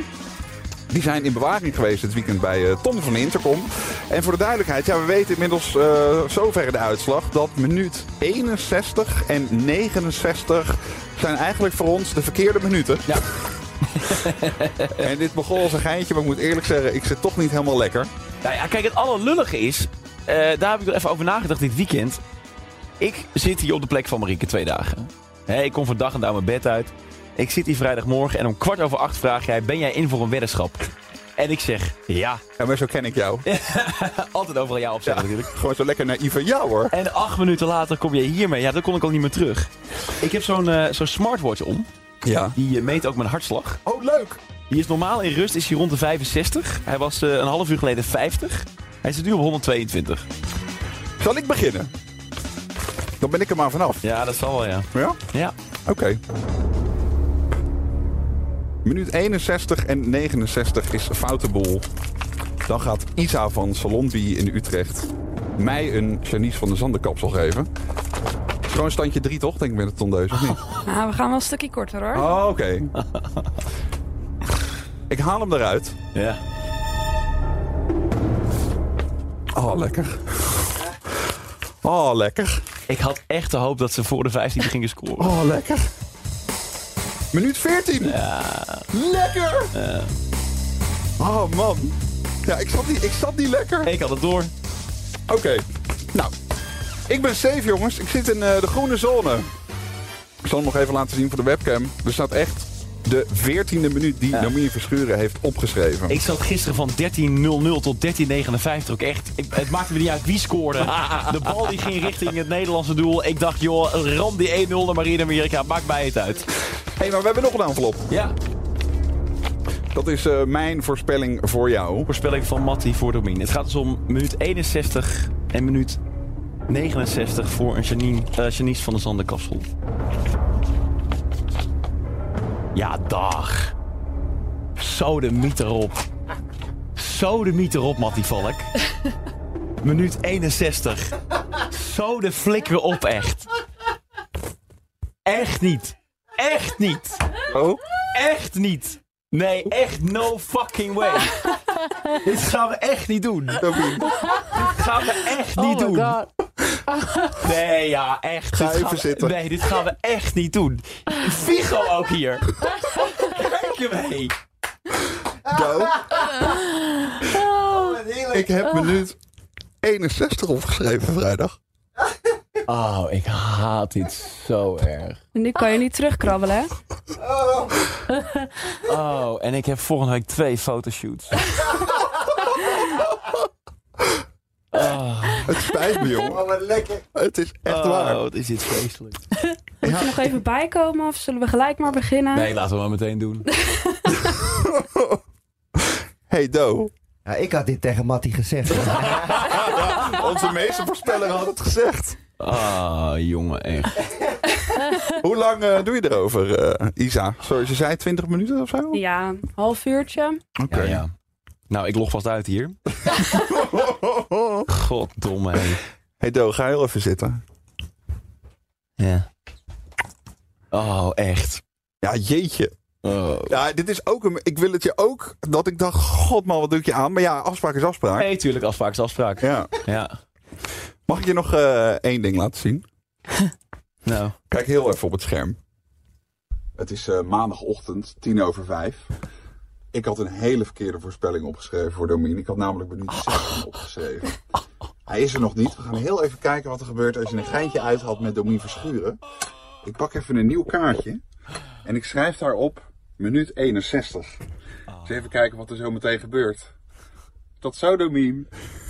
Die zijn in bewaring geweest dit weekend bij uh, Tom van de Intercom. En voor de duidelijkheid, ja, we weten inmiddels uh, zover de uitslag dat minuut eenenzestig en negenenzestig zijn eigenlijk voor ons de verkeerde minuten. Ja. En dit begon als een geintje, maar ik moet eerlijk zeggen, ik zit toch niet helemaal lekker. Nou ja, kijk, het allerlullige is, uh, daar heb ik er even over nagedacht dit weekend. Ik zit hier op de plek van Marieke twee dagen. He, ik kom van dag en dauw mijn bed uit. Ik zit hier vrijdagmorgen en om kwart over acht vraag jij, ben jij in voor een weddenschap? En ik zeg, ja. Ja, maar zo ken ik jou. Altijd overal ja op zeggen Ja, natuurlijk. gewoon zo lekker naïef van jou hoor. En acht minuten later kom je hiermee. Ja, dan kon ik al niet meer terug. Ik heb zo'n uh, zo'n smartwatch om. Ja. Die uh, meet ook mijn hartslag. Oh, leuk. Die is normaal in rust is hij rond de vijfenzestig. Hij was uh, een half uur geleden vijftig. Hij zit nu op honderdtweeëntwintig. Zal ik beginnen? Dan ben ik er maar vanaf. Ja, dat zal wel, ja. Ja? Ja. Oké. Okay. Minuut eenenzestig en negenenzestig is foute boel. Dan gaat Isa van Salonby in Utrecht mij een Janice van de Zandenkapsel geven. Gewoon standje drie toch, denk ik met het tondeus, of niet? Nou, we gaan wel een stukje korter hoor. Oh, oké. Okay. Ik haal hem eruit. Ja. Oh, lekker. Oh, lekker. Ik had echt de hoop dat ze voor de vijftiende gingen scoren. Oh, lekker. Minuut veertien. Ja. Lekker. Ja. Oh, man. Ja, ik zat niet, ik zat niet lekker. Ik had het door. Oké. Okay. Nou, ik ben safe, jongens. Ik zit in uh, de groene zone. Ik zal hem nog even laten zien voor de webcam. Er staat echt de veertiende minuut die ja. Domien Verschuren heeft opgeschreven. Ik zat gisteren van dertien nul nul tot dertien negenenvijftig ook echt. Ik, het maakte me niet uit wie scoorde. De bal die ging richting het Nederlandse doel. Ik dacht, joh, ram die één nul naar Marine-Amerika. Maakt mij het uit. Hé, hey, maar we hebben nog een envelop. Ja. Dat is uh, mijn voorspelling voor jou. Voorspelling van Matty voor Domien. Het gaat dus om minuut eenenzestig en minuut negenenzestig voor een Janine, uh, Janice van der Zanden-Kapsel. Ja, dag. Zo de miet erop. Zo de miet erop, Matty Valk. Minuut eenenzestig. Zo de flikker op, echt. Echt niet. Echt niet. Oh? Echt niet. Nee, echt no fucking way. Dit gaan we echt niet doen. Dit gaan we echt niet oh doen. God. Nee, ja, echt. Ga dit even gaan zitten. We, nee, dit gaan we echt niet doen. Figo ook hier. Kijk je mee. Go. Ik heb minuut eenenzestig opgeschreven vrijdag. Oh, ik haat dit zo erg. En nu kan je niet terugkrabbelen, hè? Oh, en ik heb volgende week twee fotoshoots. Oh. Het spijt me, jongen. Oh, wat lekker. Het is echt Oh, waar. wat is dit vreselijk. Moet je nog even bijkomen of zullen we gelijk maar beginnen? Nee, laten we maar meteen doen. Hey, Do. Ja, ik had dit tegen Matty gezegd. Onze meeste voorspeller had het gezegd. Ah, jongen, echt. Hoe lang uh, doe je erover, uh, Isa? Zoals je zei, twintig minuten of zo? Ja, een half uurtje. Oké. Ja, ja. Nou, ik log vast uit hier. Goddomme, hé. Hey, Do, ga heel even zitten. Ja. Oh, echt. Ja, jeetje. Oh. Ja, dit is ook een... Ik wil het je ook... Dat ik dacht, god man, wat doe ik je aan? Maar ja, afspraak is afspraak. Nee, tuurlijk, afspraak is afspraak. Ja. Ja. Mag ik je nog uh, één ding laten zien? Nou. Kijk heel even op het scherm. Het is uh, maandagochtend, tien over vijf. Ik had een hele verkeerde voorspelling opgeschreven voor Domien. Ik had namelijk minuut zestien opgeschreven. Hij is er nog niet. We gaan heel even kijken wat er gebeurt als je een geintje uithaalt met Domien Verschuren. Ik pak even een nieuw kaartje. En ik schrijf daarop minuut eenenzestig. Dus even kijken wat er zo meteen gebeurt. Tot zo, Domien.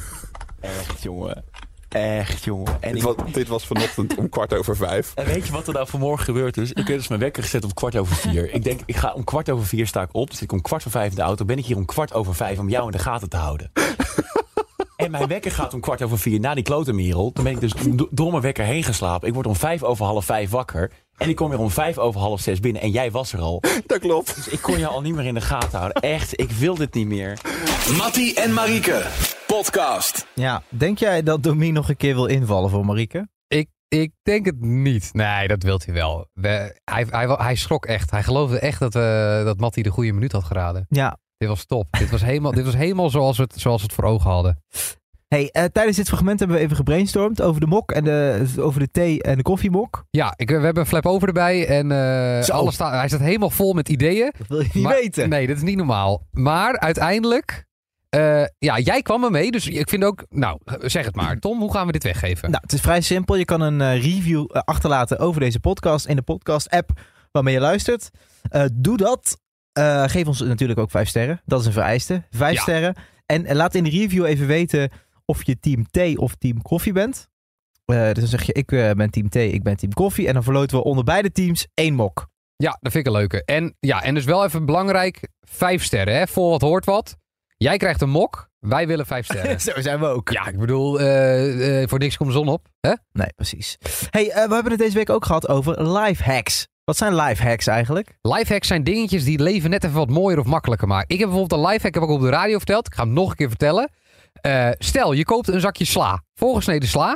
Echt, jongen. Echt, jongen. En dit, ik... was, dit was vanochtend om kwart over vijf. En weet je wat er nou vanmorgen gebeurd is? Ik heb dus mijn wekker gezet om kwart over vier. Ik denk, ik ga om kwart over vier sta ik op. Dus ik om kwart voor vijf in de auto. Ben ik hier om kwart over vijf om jou in de gaten te houden. En mijn wekker gaat om kwart over vier na die klotenmerel. Dan ben ik dus door mijn wekker heen geslapen. Ik word om vijf over half vijf wakker. En ik kom weer om vijf over half zes binnen. En jij was er al. Dat klopt. Dus ik kon je al niet meer in de gaten houden. Echt, ik wil dit niet meer. Matty en Marieke, podcast. Ja, denk jij dat Domien nog een keer wil invallen voor Marieke? Ik, ik denk het niet. Nee, dat wil hij wel. We, hij, hij, hij schrok echt. Hij geloofde echt dat, uh, dat Matty de goede minuut had geraden. Ja. Dit was top. dit was helemaal, dit was helemaal zoals, we het, zoals we het voor ogen hadden. Hey, uh, tijdens dit fragment hebben we even gebrainstormd over de mok en de, over de thee- en de koffiemok. Ja, ik, we hebben een flap over erbij en uh, alles staat, hij staat helemaal vol met ideeën. Dat wil je niet maar, weten. Nee, dat is niet normaal. Maar uiteindelijk, uh, ja, jij kwam er mee, dus ik vind ook, nou, zeg het maar. Tom, hoe gaan we dit weggeven? Nou, het is vrij simpel. Je kan een uh, review uh, achterlaten over deze podcast in de podcast-app waarmee je luistert. Uh, doe dat. Uh, geef ons natuurlijk ook vijf sterren. Dat is een vereiste. Vijf ja. sterren. En uh, laat in de review even weten of je team thee of team koffie bent. Uh, dus dan zeg je, ik uh, ben team thee, ik ben team koffie. En dan verloten we onder beide teams één mok. Ja, dat vind ik een leuke. En, ja, en dus wel even belangrijk, vijf sterren. Hè? Vol wat hoort wat. Jij krijgt een mok, wij willen vijf sterren. Zo zijn we ook. Ja, ik bedoel, uh, uh, voor niks komt de zon op. Hè? Nee, precies. Hey, uh, we hebben het deze week ook gehad over life hacks. Wat zijn life hacks eigenlijk? Life hacks zijn dingetjes die het leven net even wat mooier of makkelijker maken. Ik heb bijvoorbeeld een life hack, heb ik op de radio verteld. Ik ga hem nog een keer vertellen. Uh, stel, je koopt een zakje sla. Volgesneden sla.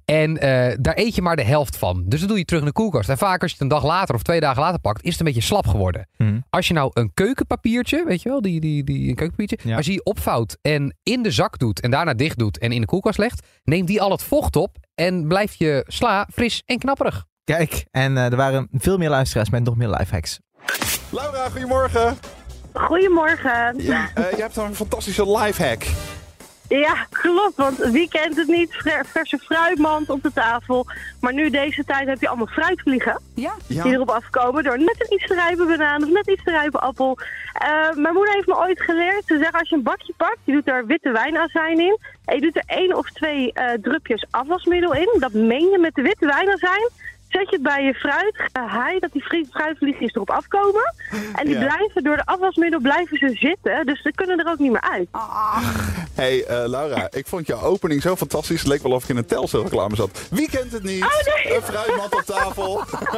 En uh, daar eet je maar de helft van. Dus dan doe je terug in de koelkast. En vaak als je het een dag later of twee dagen later pakt, is het een beetje slap geworden. Hmm. Als je nou een keukenpapiertje, weet je wel, die, die, die, een keukenpapiertje, Ja. als je die opvouwt en in de zak doet en daarna dicht doet en in de koelkast legt, neemt die al het vocht op en blijft je sla fris en knapperig. Kijk, en uh, er waren veel meer luisteraars met nog meer lifehacks. Laura, goedemorgen. Goedemorgen. Ja, uh, je hebt een fantastische lifehack. Ja, klopt. Want wie kent het niet? Ver- Verse fruitmand op de tafel. Maar nu deze tijd heb je allemaal fruitvliegen. Ja. Ja. Die erop afkomen door net een iets te rijpe banaan of net iets te rijpe appel. Uh, mijn moeder heeft me ooit geleerd. Ze zeggen als je een bakje pakt, je doet er witte wijnazijn in. En je doet er één of twee uh, drupjes afwasmiddel in. Dat meng je met de witte wijnazijn. Zet je het bij je fruit, gehaai dat die fri- fruitvliegjes erop afkomen. En die Ja. blijven door de afwasmiddel blijven ze zitten. Dus ze kunnen er ook niet meer uit. Hey uh, Laura, ik vond jouw opening zo fantastisch. Het leek wel of ik in een Telcel-reclame zat. Wie kent het niet? Oh, nee. Een fruitmand op tafel.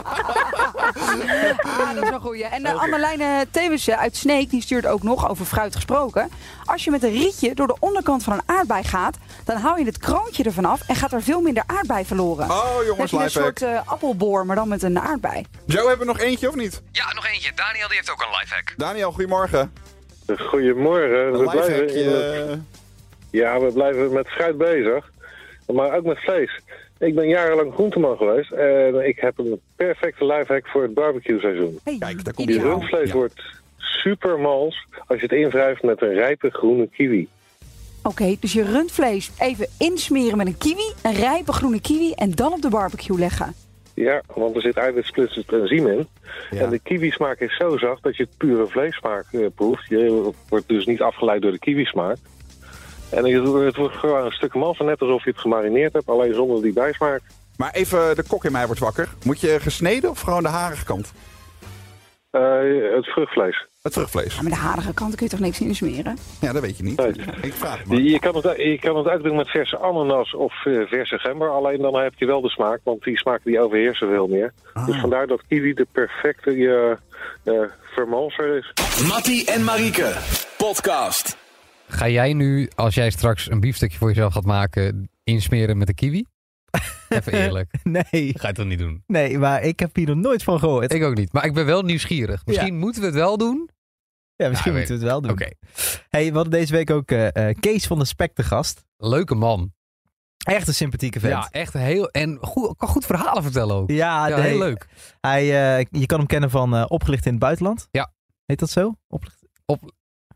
Ah, dat is een goeie. En uh, Annelijne Thewissen uit Sneek, die stuurt ook nog over fruit gesproken. Als je met een rietje door de onderkant van een aardbei gaat, dan hou je het kroontje ervan af en gaat er veel minder aardbei verloren. Oh Dan jongens, heb je een lifehack. soort uh, appelboor, maar dan met een aardbei. Joe, hebben we nog eentje of niet? Ja, nog eentje. Daniel die heeft ook een lifehack. Daniel, goedemorgen. Goedemorgen. Een We blijven, lifehack. in het, Uh... ja, we blijven met fruit bezig, maar ook met vlees. Ik ben jarenlang groenteman geweest en ik heb een perfecte lifehack voor het barbecue seizoen. Hey, Kijk, daar komt Die ideaal. rundvlees Ja. wordt super mals als je het invrijft met een rijpe groene kiwi. Oké, okay, dus je rundvlees even insmeren met een kiwi, een rijpe groene kiwi en dan op de barbecue leggen. Ja, want er zit eiwitsplitsend enzym in. Ja. En de kiwi-smaak is zo zacht dat je het pure vleessmaak uh, proeft. Je wordt dus niet afgeleid door de kiwi-smaak. En het wordt gewoon een stuk malser, net alsof je het gemarineerd hebt, alleen zonder die bijsmaak. Maar even, de kok in mij wordt wakker. Moet je gesneden of gewoon de harige kant? Uh, het vruchtvlees. Het vruchtvlees. Ja, met de harige kant kun je toch niks in smeren? Ja, dat weet je niet. Nee. Ik vraag het maar. Je, je, kan het, je kan het uitbrengen met verse ananas of uh, verse gember. Alleen dan heb je wel de smaak, want die smaken die overheersen veel meer. Ah. Dus vandaar dat kiwi de perfecte uh, uh, vermalser is. Mattie en Marieke, podcast. Ga jij nu, als jij straks een biefstukje voor jezelf gaat maken, insmeren met een kiwi? Even eerlijk. Nee, Ga je het toch niet doen? nee, maar ik heb hier nog nooit van gehoord. Ik ook niet. Maar ik ben wel nieuwsgierig. Misschien Ja. moeten we het wel doen. Ja, misschien Ja, moeten we het wel doen. Oké. Hey, we hadden deze week ook uh, uh, Kees van de Spek te gast. Leuke man. Echt een sympathieke vent. Ja, echt heel... En goed, kan goed verhalen vertellen ook. Ja, Ja, nee. heel leuk. Hij, uh, je kan hem kennen van uh, Opgelicht in het Buitenland. Ja. Heet dat zo? Opgelicht... Op...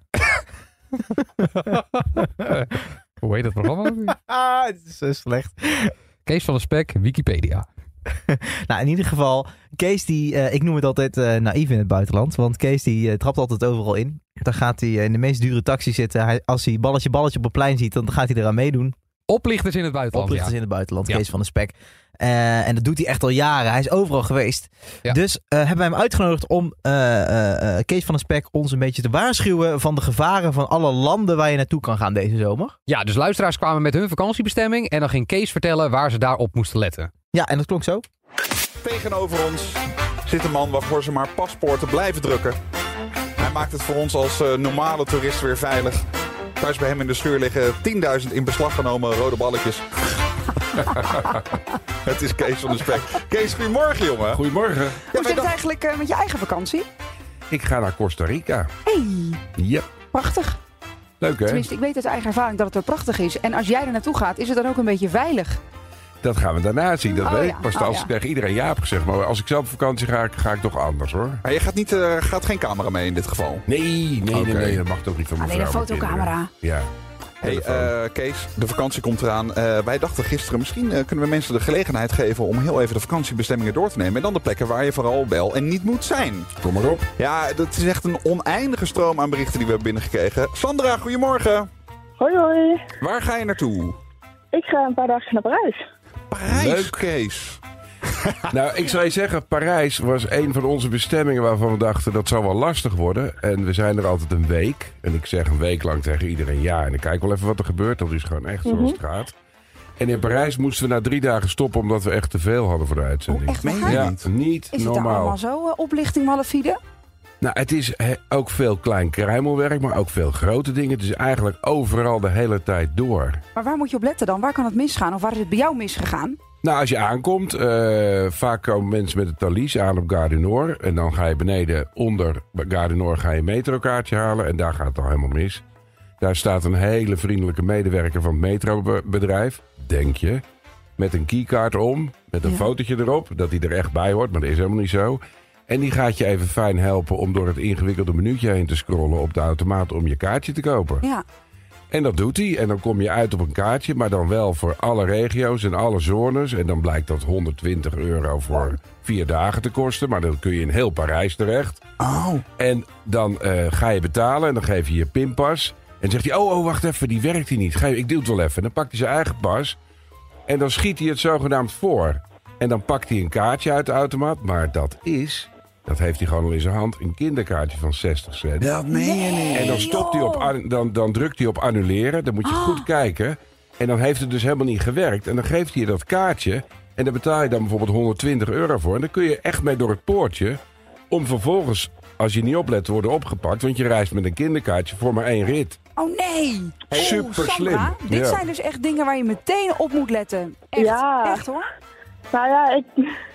Hoe heet dat programma? Ah, het is zo slecht. Kees van de Spek, Wikipedia. Nou, in ieder geval, Kees die, uh, ik noem het altijd uh, naïef in het buitenland. Want Kees die uh, trapt altijd overal in. Dan gaat hij uh, in de meest dure taxi zitten. Hij, als hij balletje balletje op het plein ziet, dan gaat hij eraan meedoen. Oplichters in het buitenland, Oplichters ja. in het buitenland, Ja. Kees van de Spek. Uh, en dat doet hij echt al jaren. Hij is overal geweest. Ja. Dus uh, hebben wij hem uitgenodigd om uh, uh, uh, Kees van de Spek ons een beetje te waarschuwen van de gevaren van alle landen waar je naartoe kan gaan deze zomer. Ja, dus luisteraars kwamen met hun vakantiebestemming en dan ging Kees vertellen waar ze daarop moesten letten. Ja, en dat klonk zo. Tegenover ons zit een man waarvoor ze maar paspoorten blijven drukken. Hij maakt het voor ons als uh, normale toerist weer veilig. Thuis bij hem in de schuur liggen tienduizend in beslag genomen rode balletjes. Het is Kees van de Spek. Kees, goedemorgen jongen. Goedemorgen. Hoe zit het eigenlijk uh, met je eigen vakantie? Ik ga naar Costa Rica. Hey, Ja. prachtig. Leuk hè? Tenminste, ik weet uit eigen ervaring dat het er prachtig is. En als jij er naartoe gaat, is het dan ook een beetje veilig? Dat gaan we daarna zien. Dat Oh, weet ja. ik pas Oh, als ja. ik tegen iedereen ja heb gezegd. Maar als ik zelf op vakantie ga, ga ik toch anders hoor. Maar je gaat, niet, uh, gaat geen camera mee in dit geval? Nee, nee, Oké. nee, nee. Dat mag toch niet van mijn Alleen een vrouw, mijn fotocamera. kinderen. Ja. Hey, Telefoon. uh, Kees, de vakantie komt eraan. Uh, wij dachten gisteren, misschien uh, kunnen we mensen de gelegenheid geven om heel even de vakantiebestemmingen door te nemen. En dan de plekken waar je vooral wel en niet moet zijn. Kom maar op. Ja, dat is echt een oneindige stroom aan berichten die we hebben binnengekregen. Sandra, goedemorgen. Hoi hoi. Waar ga je naartoe? Ik ga een paar dagen naar Parijs. Parijs, Leuk. Kees. Nou, ik zou je zeggen, Parijs was een van onze bestemmingen waarvan we dachten dat zou wel lastig worden. En we zijn er altijd een week. En ik zeg een week lang tegen iedereen ja. En ik kijk wel even wat er gebeurt. Dat is gewoon echt zoals het gaat. En in Parijs moesten we na drie dagen stoppen omdat we echt te veel hadden voor de uitzending. Oh, echt Meen waar? je Ja, niet? niet Is het daar normaal. allemaal zo, uh, oplichting malafide? Nou, het is he, ook veel klein kruimelwerk, maar ook veel grote dingen. Het is eigenlijk overal de hele tijd door. Maar waar moet je op letten dan? Waar kan het misgaan? Of waar is het bij jou misgegaan? Nou, als je aankomt, uh, vaak komen mensen met het Thalys aan op Gare du Nord. En dan ga je beneden onder Gare du Nord ga je een metrokaartje halen. En daar gaat het al helemaal mis. Daar staat een hele vriendelijke medewerker van het metrobedrijf, denk je. Met een keycard om, met een ja. fotootje erop, dat hij er echt bij hoort. Maar dat is helemaal niet zo. En die gaat je even fijn helpen om door het ingewikkelde menuutje heen te scrollen op de automaat om je kaartje te kopen. Ja. En dat doet hij. En dan kom je uit op een kaartje, maar dan wel voor alle regio's en alle zones. En dan blijkt dat honderdtwintig euro voor vier dagen te kosten. Maar dan kun je in heel Parijs terecht. Oh. En dan uh, ga je betalen en dan geef je je pinpas. En zegt hij, oh, oh, wacht even, die werkt hier niet. Ga je, ik doe het wel even. En dan pakt hij zijn eigen pas. En dan schiet hij het zogenaamd voor. En dan pakt hij een kaartje uit de automaat. Maar dat is... Dat heeft hij gewoon al in zijn hand. Een kinderkaartje van zestig cent. Dat meen je niet. En dan, stopt hij op, dan, dan drukt hij op annuleren. Dan moet je Ah. goed kijken. En dan heeft het dus helemaal niet gewerkt. En dan geeft hij je dat kaartje. En daar betaal je dan bijvoorbeeld honderdtwintig euro voor. En dan kun je echt mee door het poortje. Om vervolgens, als je niet oplet, te worden opgepakt. Want je reist met een kinderkaartje voor maar één rit. Oh nee! Super Oeh, Sandra, slim. Dit Ja. zijn dus echt dingen waar je meteen op moet letten. Echt, Ja. echt hoor. Nou ja, ik...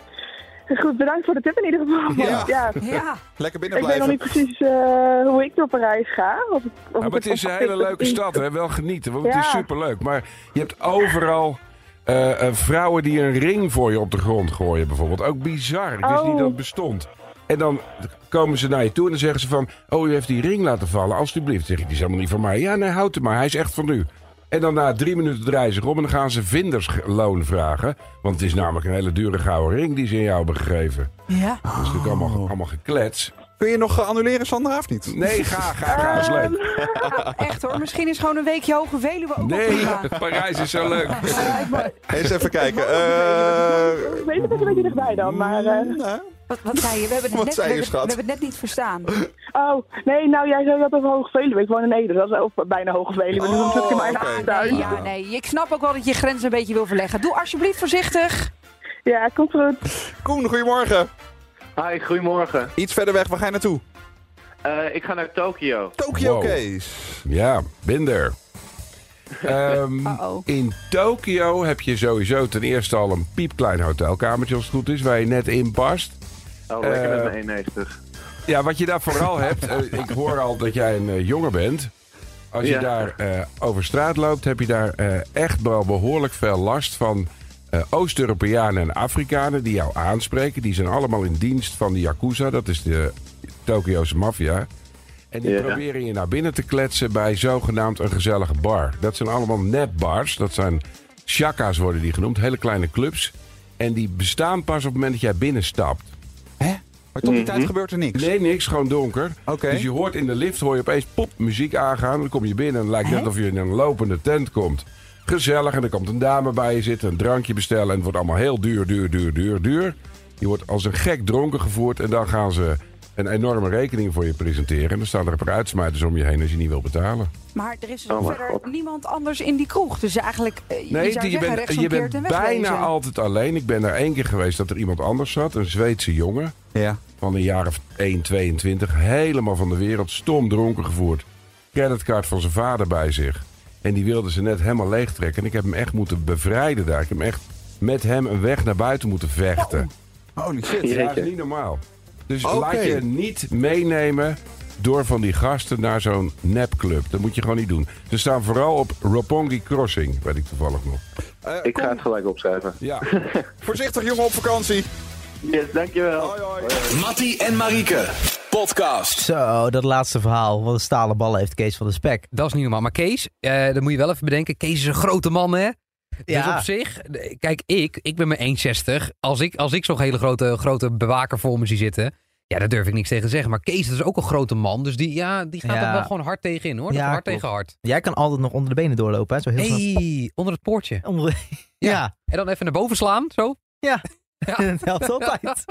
Goed, bedankt voor de tip in ieder geval. Ja. ja. Ja. Lekker binnen Ik weet nog blijven. niet precies uh, hoe ik door Parijs ga. Of, ik- of Ja, ik maar het is een hele leuke stad, hè? Wel genieten, want het Ja. is superleuk. Maar je hebt overal uh, uh, vrouwen die een ring voor je op de grond gooien, bijvoorbeeld. Ook bizar. Ik wist Oh. niet dat het bestond. En dan komen ze naar je toe en dan zeggen ze van... Oh, u heeft die ring laten vallen, alstublieft. Dan zeg je, die is helemaal niet van mij. Ja, nee, houd hem maar. Hij is echt van u. En dan na drie minuten draaien ze zich om en dan gaan ze vindersloon vragen. Want het is namelijk een hele dure gouden ring die ze in jou hebben gegeven. Ja. Dat is natuurlijk allemaal, allemaal geklets. Kun je nog uh, annuleren, Sandra, of niet? Nee, ga, ga, ga. Is leuk. Echt hoor. Misschien is gewoon een weekje Hoge Veluwe ook Nee, wel prima. Parijs is zo leuk. Eens even kijken. Ik Uh, weet het een beetje dichtbij dan, maar... uh, nou, Wat, wat zei je? We hebben het, Wat net, zei we je, hebben, schat? we hebben het net niet verstaan. Oh, nee, nou jij zei dat over Hoge Veluwe. Ik woon in Ede, dat is ook bijna Hoge Veluwe. Dus Oh, een stukje mijn oké. thuis. Nee, ja, nee. Ik snap ook wel dat je je grenzen een beetje wil verleggen. Doe alsjeblieft voorzichtig. Ja, komt goed. Koen, goedemorgen. Hi, goedemorgen. Iets verder weg, waar ga je naartoe? Uh, ik ga naar Tokio. Tokyo Wow. Case. Ja, ben er. Ehm, Uh-oh. in Tokio heb je sowieso ten eerste al een piepklein hotelkamertje als het goed is, waar je net in past. Oh, lekker Eh, met mijn eenennegentig. Ja, wat je daar vooral hebt, eh, ik hoor al dat jij een uh, jongen bent. Als je Ja. daar uh, over straat loopt, heb je daar uh, echt wel behoorlijk veel last van uh, Oost-Europeanen en Afrikanen die jou aanspreken. Die zijn allemaal in dienst van de Yakuza, dat is de Tokio's maffia. En die Ja. proberen je naar binnen te kletsen bij zogenaamd een gezellige bar. Dat zijn allemaal nepbars. Dat zijn shaka's worden die genoemd. Hele kleine clubs. En die bestaan pas op het moment dat jij binnenstapt. Maar tot die Mhm. tijd gebeurt er niks. Nee, niks. Gewoon donker. Oké. Dus je hoort in de lift, hoor je opeens pop, muziek aangaan. Dan kom je binnen en het lijkt net of je in een lopende tent komt. Gezellig. En er komt een dame bij je zitten, een drankje bestellen. En het wordt allemaal heel duur, duur, duur, duur, duur. Je wordt als een gek dronken gevoerd. En dan gaan ze een enorme rekening voor je presenteren. En dan staan er een paar uitsmijters om je heen als je niet wil betalen. Maar er is Oh, mijn verder God. niemand anders in die kroeg. Dus eigenlijk, eh, je Nee, zou je zeggen, bent, je rechtsomkeerd bent en wegwezen. bijna altijd alleen. Ik ben daar één keer geweest dat er iemand anders zat. Een Zweedse jongen. Ja. Van een jaar of één, tweeëntwintig. Helemaal van de wereld. Stom dronken gevoerd. Creditcard van zijn vader bij zich. En die wilde ze net helemaal leegtrekken. En ik heb hem echt moeten bevrijden daar. Ik heb hem echt met hem een weg naar buiten moeten vechten. Holy shit. Ja. Ja, dat is niet normaal. Dus Oké. laat je niet meenemen door van die gasten naar zo'n nepclub. Dat moet je gewoon niet doen. Ze staan vooral op Roppongi Crossing, weet ik toevallig nog. Uh, Ik Koen, ga het gelijk opschrijven. Ja. voorzichtig jongen op vakantie. Yes, dankjewel. Hoi, hoi. Mattie en Marieke. Podcast. Zo, dat laatste verhaal. Wat een stalen ballen heeft Kees van de Spek. Dat is niet normaal. Maar Kees, eh dat moet je wel even bedenken. Kees is een grote man, hè? Dus Ja. op zich, eh, kijk, ik, ik ben mijn één zestig. Als ik, als ik zo'n hele grote, grote bewaker voor me zie zitten, ja, daar durf ik niks tegen te zeggen. Maar Kees, dat is ook een grote man. Dus die, ja, die gaat Ja. er wel gewoon hard tegen in, hoor. Dat Ja, is hard klopt. tegen hard. Jij kan altijd nog onder de benen doorlopen, hè? Zo heel snel. Hey, onder het poortje. Onder de- Ja, En dan even naar boven slaan, zo. ja. Ja. Dat helpt altijd.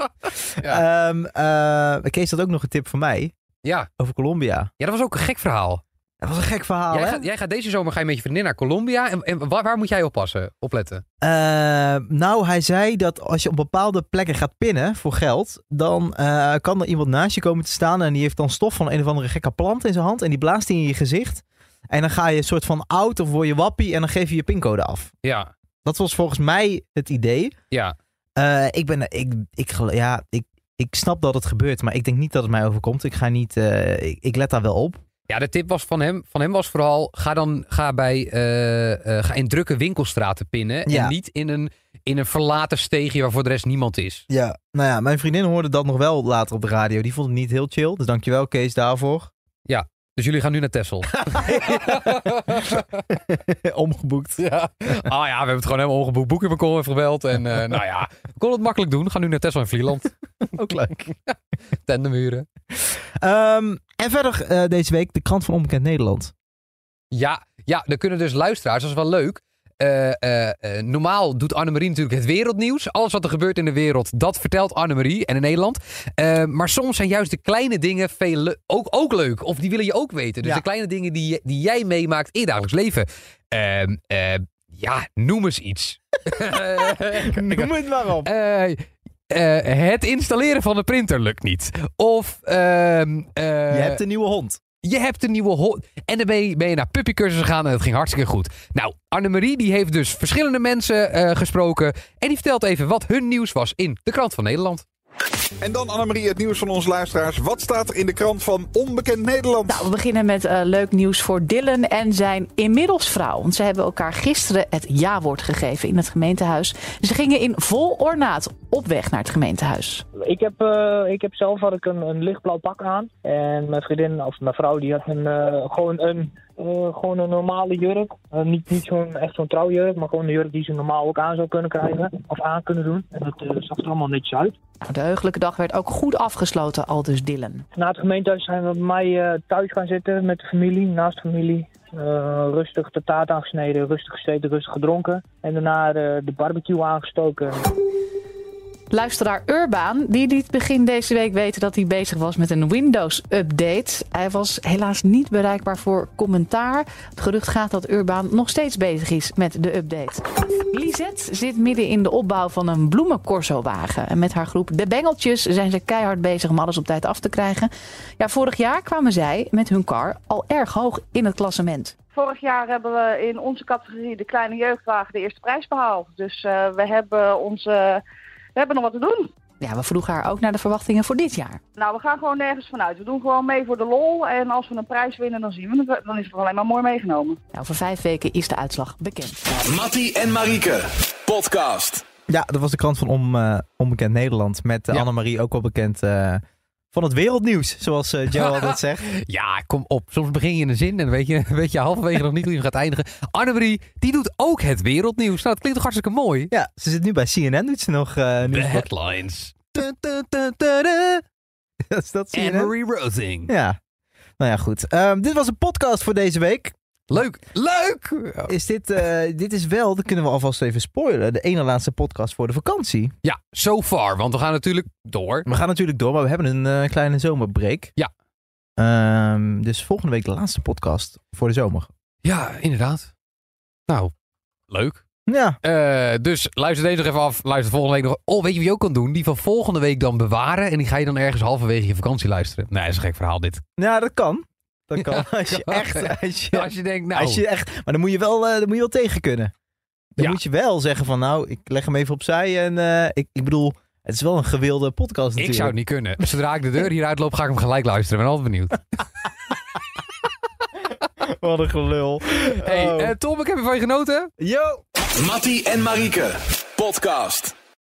Ja. Ehm, eh, Kees had ook nog een tip voor mij Ja. over Colombia. Ja, dat was ook een gek verhaal. Dat was een gek verhaal, Jij hè? gaat, jij gaat deze zomer ga je met je vriendin naar Colombia. En, en waar, waar moet jij oppassen, opletten? Uh, nou, hij zei dat als je op bepaalde plekken gaat pinnen voor geld, dan uh, kan er iemand naast je komen te staan en die heeft dan stof van een of andere gekke plant in zijn hand en die blaast die in je gezicht. En dan ga je een soort van oud of word je wappie en dan geef je je pincode af. Ja. Dat was volgens mij het idee. Ja. Uh, ik ben, ik, ik, ja, ik, ik snap dat het gebeurt, maar ik denk niet dat het mij overkomt. Ik ga niet, uh, ik, ik let daar wel op. Ja, de tip was van hem, van hem was vooral, ga dan ga bij, uh, uh, ga in drukke winkelstraten pinnen. Ja. En niet in een, in een verlaten steegje waar voor de rest niemand is. Ja, nou ja, mijn vriendin hoorde dat nog wel later op de radio. Die vond het niet heel chill, dus dankjewel Kees daarvoor. Ja, dus jullie gaan nu naar Texel. Omgeboekt. Ja. Ah ja, we hebben het gewoon helemaal omgeboekt. Boekje van Col even gebeld. En uh, nou ja, we konden het makkelijk doen. We gaan nu naar Texel in Vlieland. Ook leuk. Tandemmuren. Um, en verder uh, deze week de krant van Onbekend Nederland. Ja, ja, dan kunnen dus luisteraars, dat is wel leuk. Uh, uh, uh, normaal doet Annemarie natuurlijk het wereldnieuws. Alles wat er gebeurt in de wereld, dat vertelt Annemarie en in Nederland. Uh, maar soms zijn juist de kleine dingen veel le- ook, ook leuk. Of die willen je ook weten. Dus ja. de kleine dingen die, die jij meemaakt in je dagelijks leven. Uh, uh, ja, noem eens iets. Noem het maar op. Uh, uh, het installeren van de printer lukt niet. Of... Uh, uh, je hebt een nieuwe hond. Je hebt een nieuwe hond. En dan ben je, ben je naar puppycursus gegaan en dat ging hartstikke goed. Nou, Annemarie die heeft dus verschillende mensen uh, gesproken. En die vertelt even wat hun nieuws was in de krant van Nederland. En dan Annemarie, het nieuws van onze luisteraars. Wat staat er in de krant van Onbekend Nederland? Nou, we beginnen met uh, leuk nieuws voor Dylan en zijn inmiddels vrouw. Want ze hebben elkaar gisteren het ja-woord gegeven in het gemeentehuis. Ze gingen in vol ornaat op weg naar het gemeentehuis. Ik heb, uh, ik heb zelf had ik een, een lichtblauw pak aan. En mijn vriendin, of mijn vrouw, die had een, uh, gewoon, een, uh, gewoon een normale jurk. Uh, niet niet zo'n, echt zo'n trouwjurk, maar gewoon een jurk die ze normaal ook aan zou kunnen krijgen. Of aan kunnen doen. En dat uh, zag er allemaal netjes uit. Nou, de heugelijke dag werd ook goed afgesloten, aldus Dylan. Na het gemeentehuis zijn we bij mij uh, thuis gaan zitten met de familie, naast de familie. Uh, rustig de taart aangesneden, rustig gegeten, rustig gedronken. En daarna uh, de barbecue aangestoken. Luisteraar Urbaan, die liet begin deze week weten dat hij bezig was met een Windows-update. Hij was helaas niet bereikbaar voor commentaar. Het gerucht gaat dat Urbaan nog steeds bezig is met de update. Lisette zit midden in de opbouw van een bloemencorso-wagen. En met haar groep De Bengeltjes zijn ze keihard bezig om alles op tijd af te krijgen. Ja, vorig jaar kwamen zij met hun car al erg hoog in het klassement. Vorig jaar hebben we in onze categorie de kleine jeugdwagen de eerste prijs behaald. Dus uh, we hebben onze... We hebben nog wat te doen. Ja, we vroegen haar ook naar de verwachtingen voor dit jaar. Nou, we gaan gewoon nergens vanuit. We doen gewoon mee voor de lol. En als we een prijs winnen, dan zien we het. Dan is het alleen maar mooi meegenomen. Nou, over vijf weken is de uitslag bekend. Mattie en Marieke, podcast. Ja, dat was de krant van Om, uh, Onbekend Nederland. Met uh, ja. Annemarie ook wel bekend uh, van het wereldnieuws, zoals uh, Joe altijd zegt. Ja, kom op. Soms begin je in een zin en dan weet je, weet je halverwege nog niet hoe je gaat eindigen. Annemarie, die doet ook het wereldnieuws. Nou, dat klinkt toch hartstikke mooi? Ja, ze zit nu bij C N N, doet ze nog uh, de nieuws. headlines. Is dat C N N? Anne-Marie Rosing. Ja. Nou ja, goed. Um, dit was een podcast voor deze week. Leuk, leuk! Is dit, uh, dit is wel, dat kunnen we alvast even spoilen, de ene laatste podcast voor de vakantie. Ja, so far, want we gaan natuurlijk door. We gaan natuurlijk door, maar we hebben een uh, kleine zomerbreak. Ja. Um, dus volgende week de laatste podcast voor de zomer. Ja, inderdaad. Nou, leuk. Ja. Uh, dus luister deze nog even af. Luister volgende week nog. Oh, weet je wie je ook kan doen? Die van volgende week dan bewaren. En die ga je dan ergens halverwege je vakantie luisteren. Nee, dat is een gek verhaal dit. Ja, dat kan. Dat kan. Ja, als je echt... Als je, als je denkt, nou... Als je echt, maar dan moet je wel, uh, dan moet je wel tegen kunnen. Dan ja. moet je wel zeggen van, nou, ik leg hem even opzij. En uh, ik, ik bedoel, het is wel een gewilde podcast natuurlijk. Ik zou het niet kunnen. Zodra ik de deur hieruit loop, ga ik hem gelijk luisteren. Ik ben altijd benieuwd. Wat een gelul. Hey, oh. uh, Tom, ik heb ervan je genoten. Yo! Mattie en Marieke, podcast.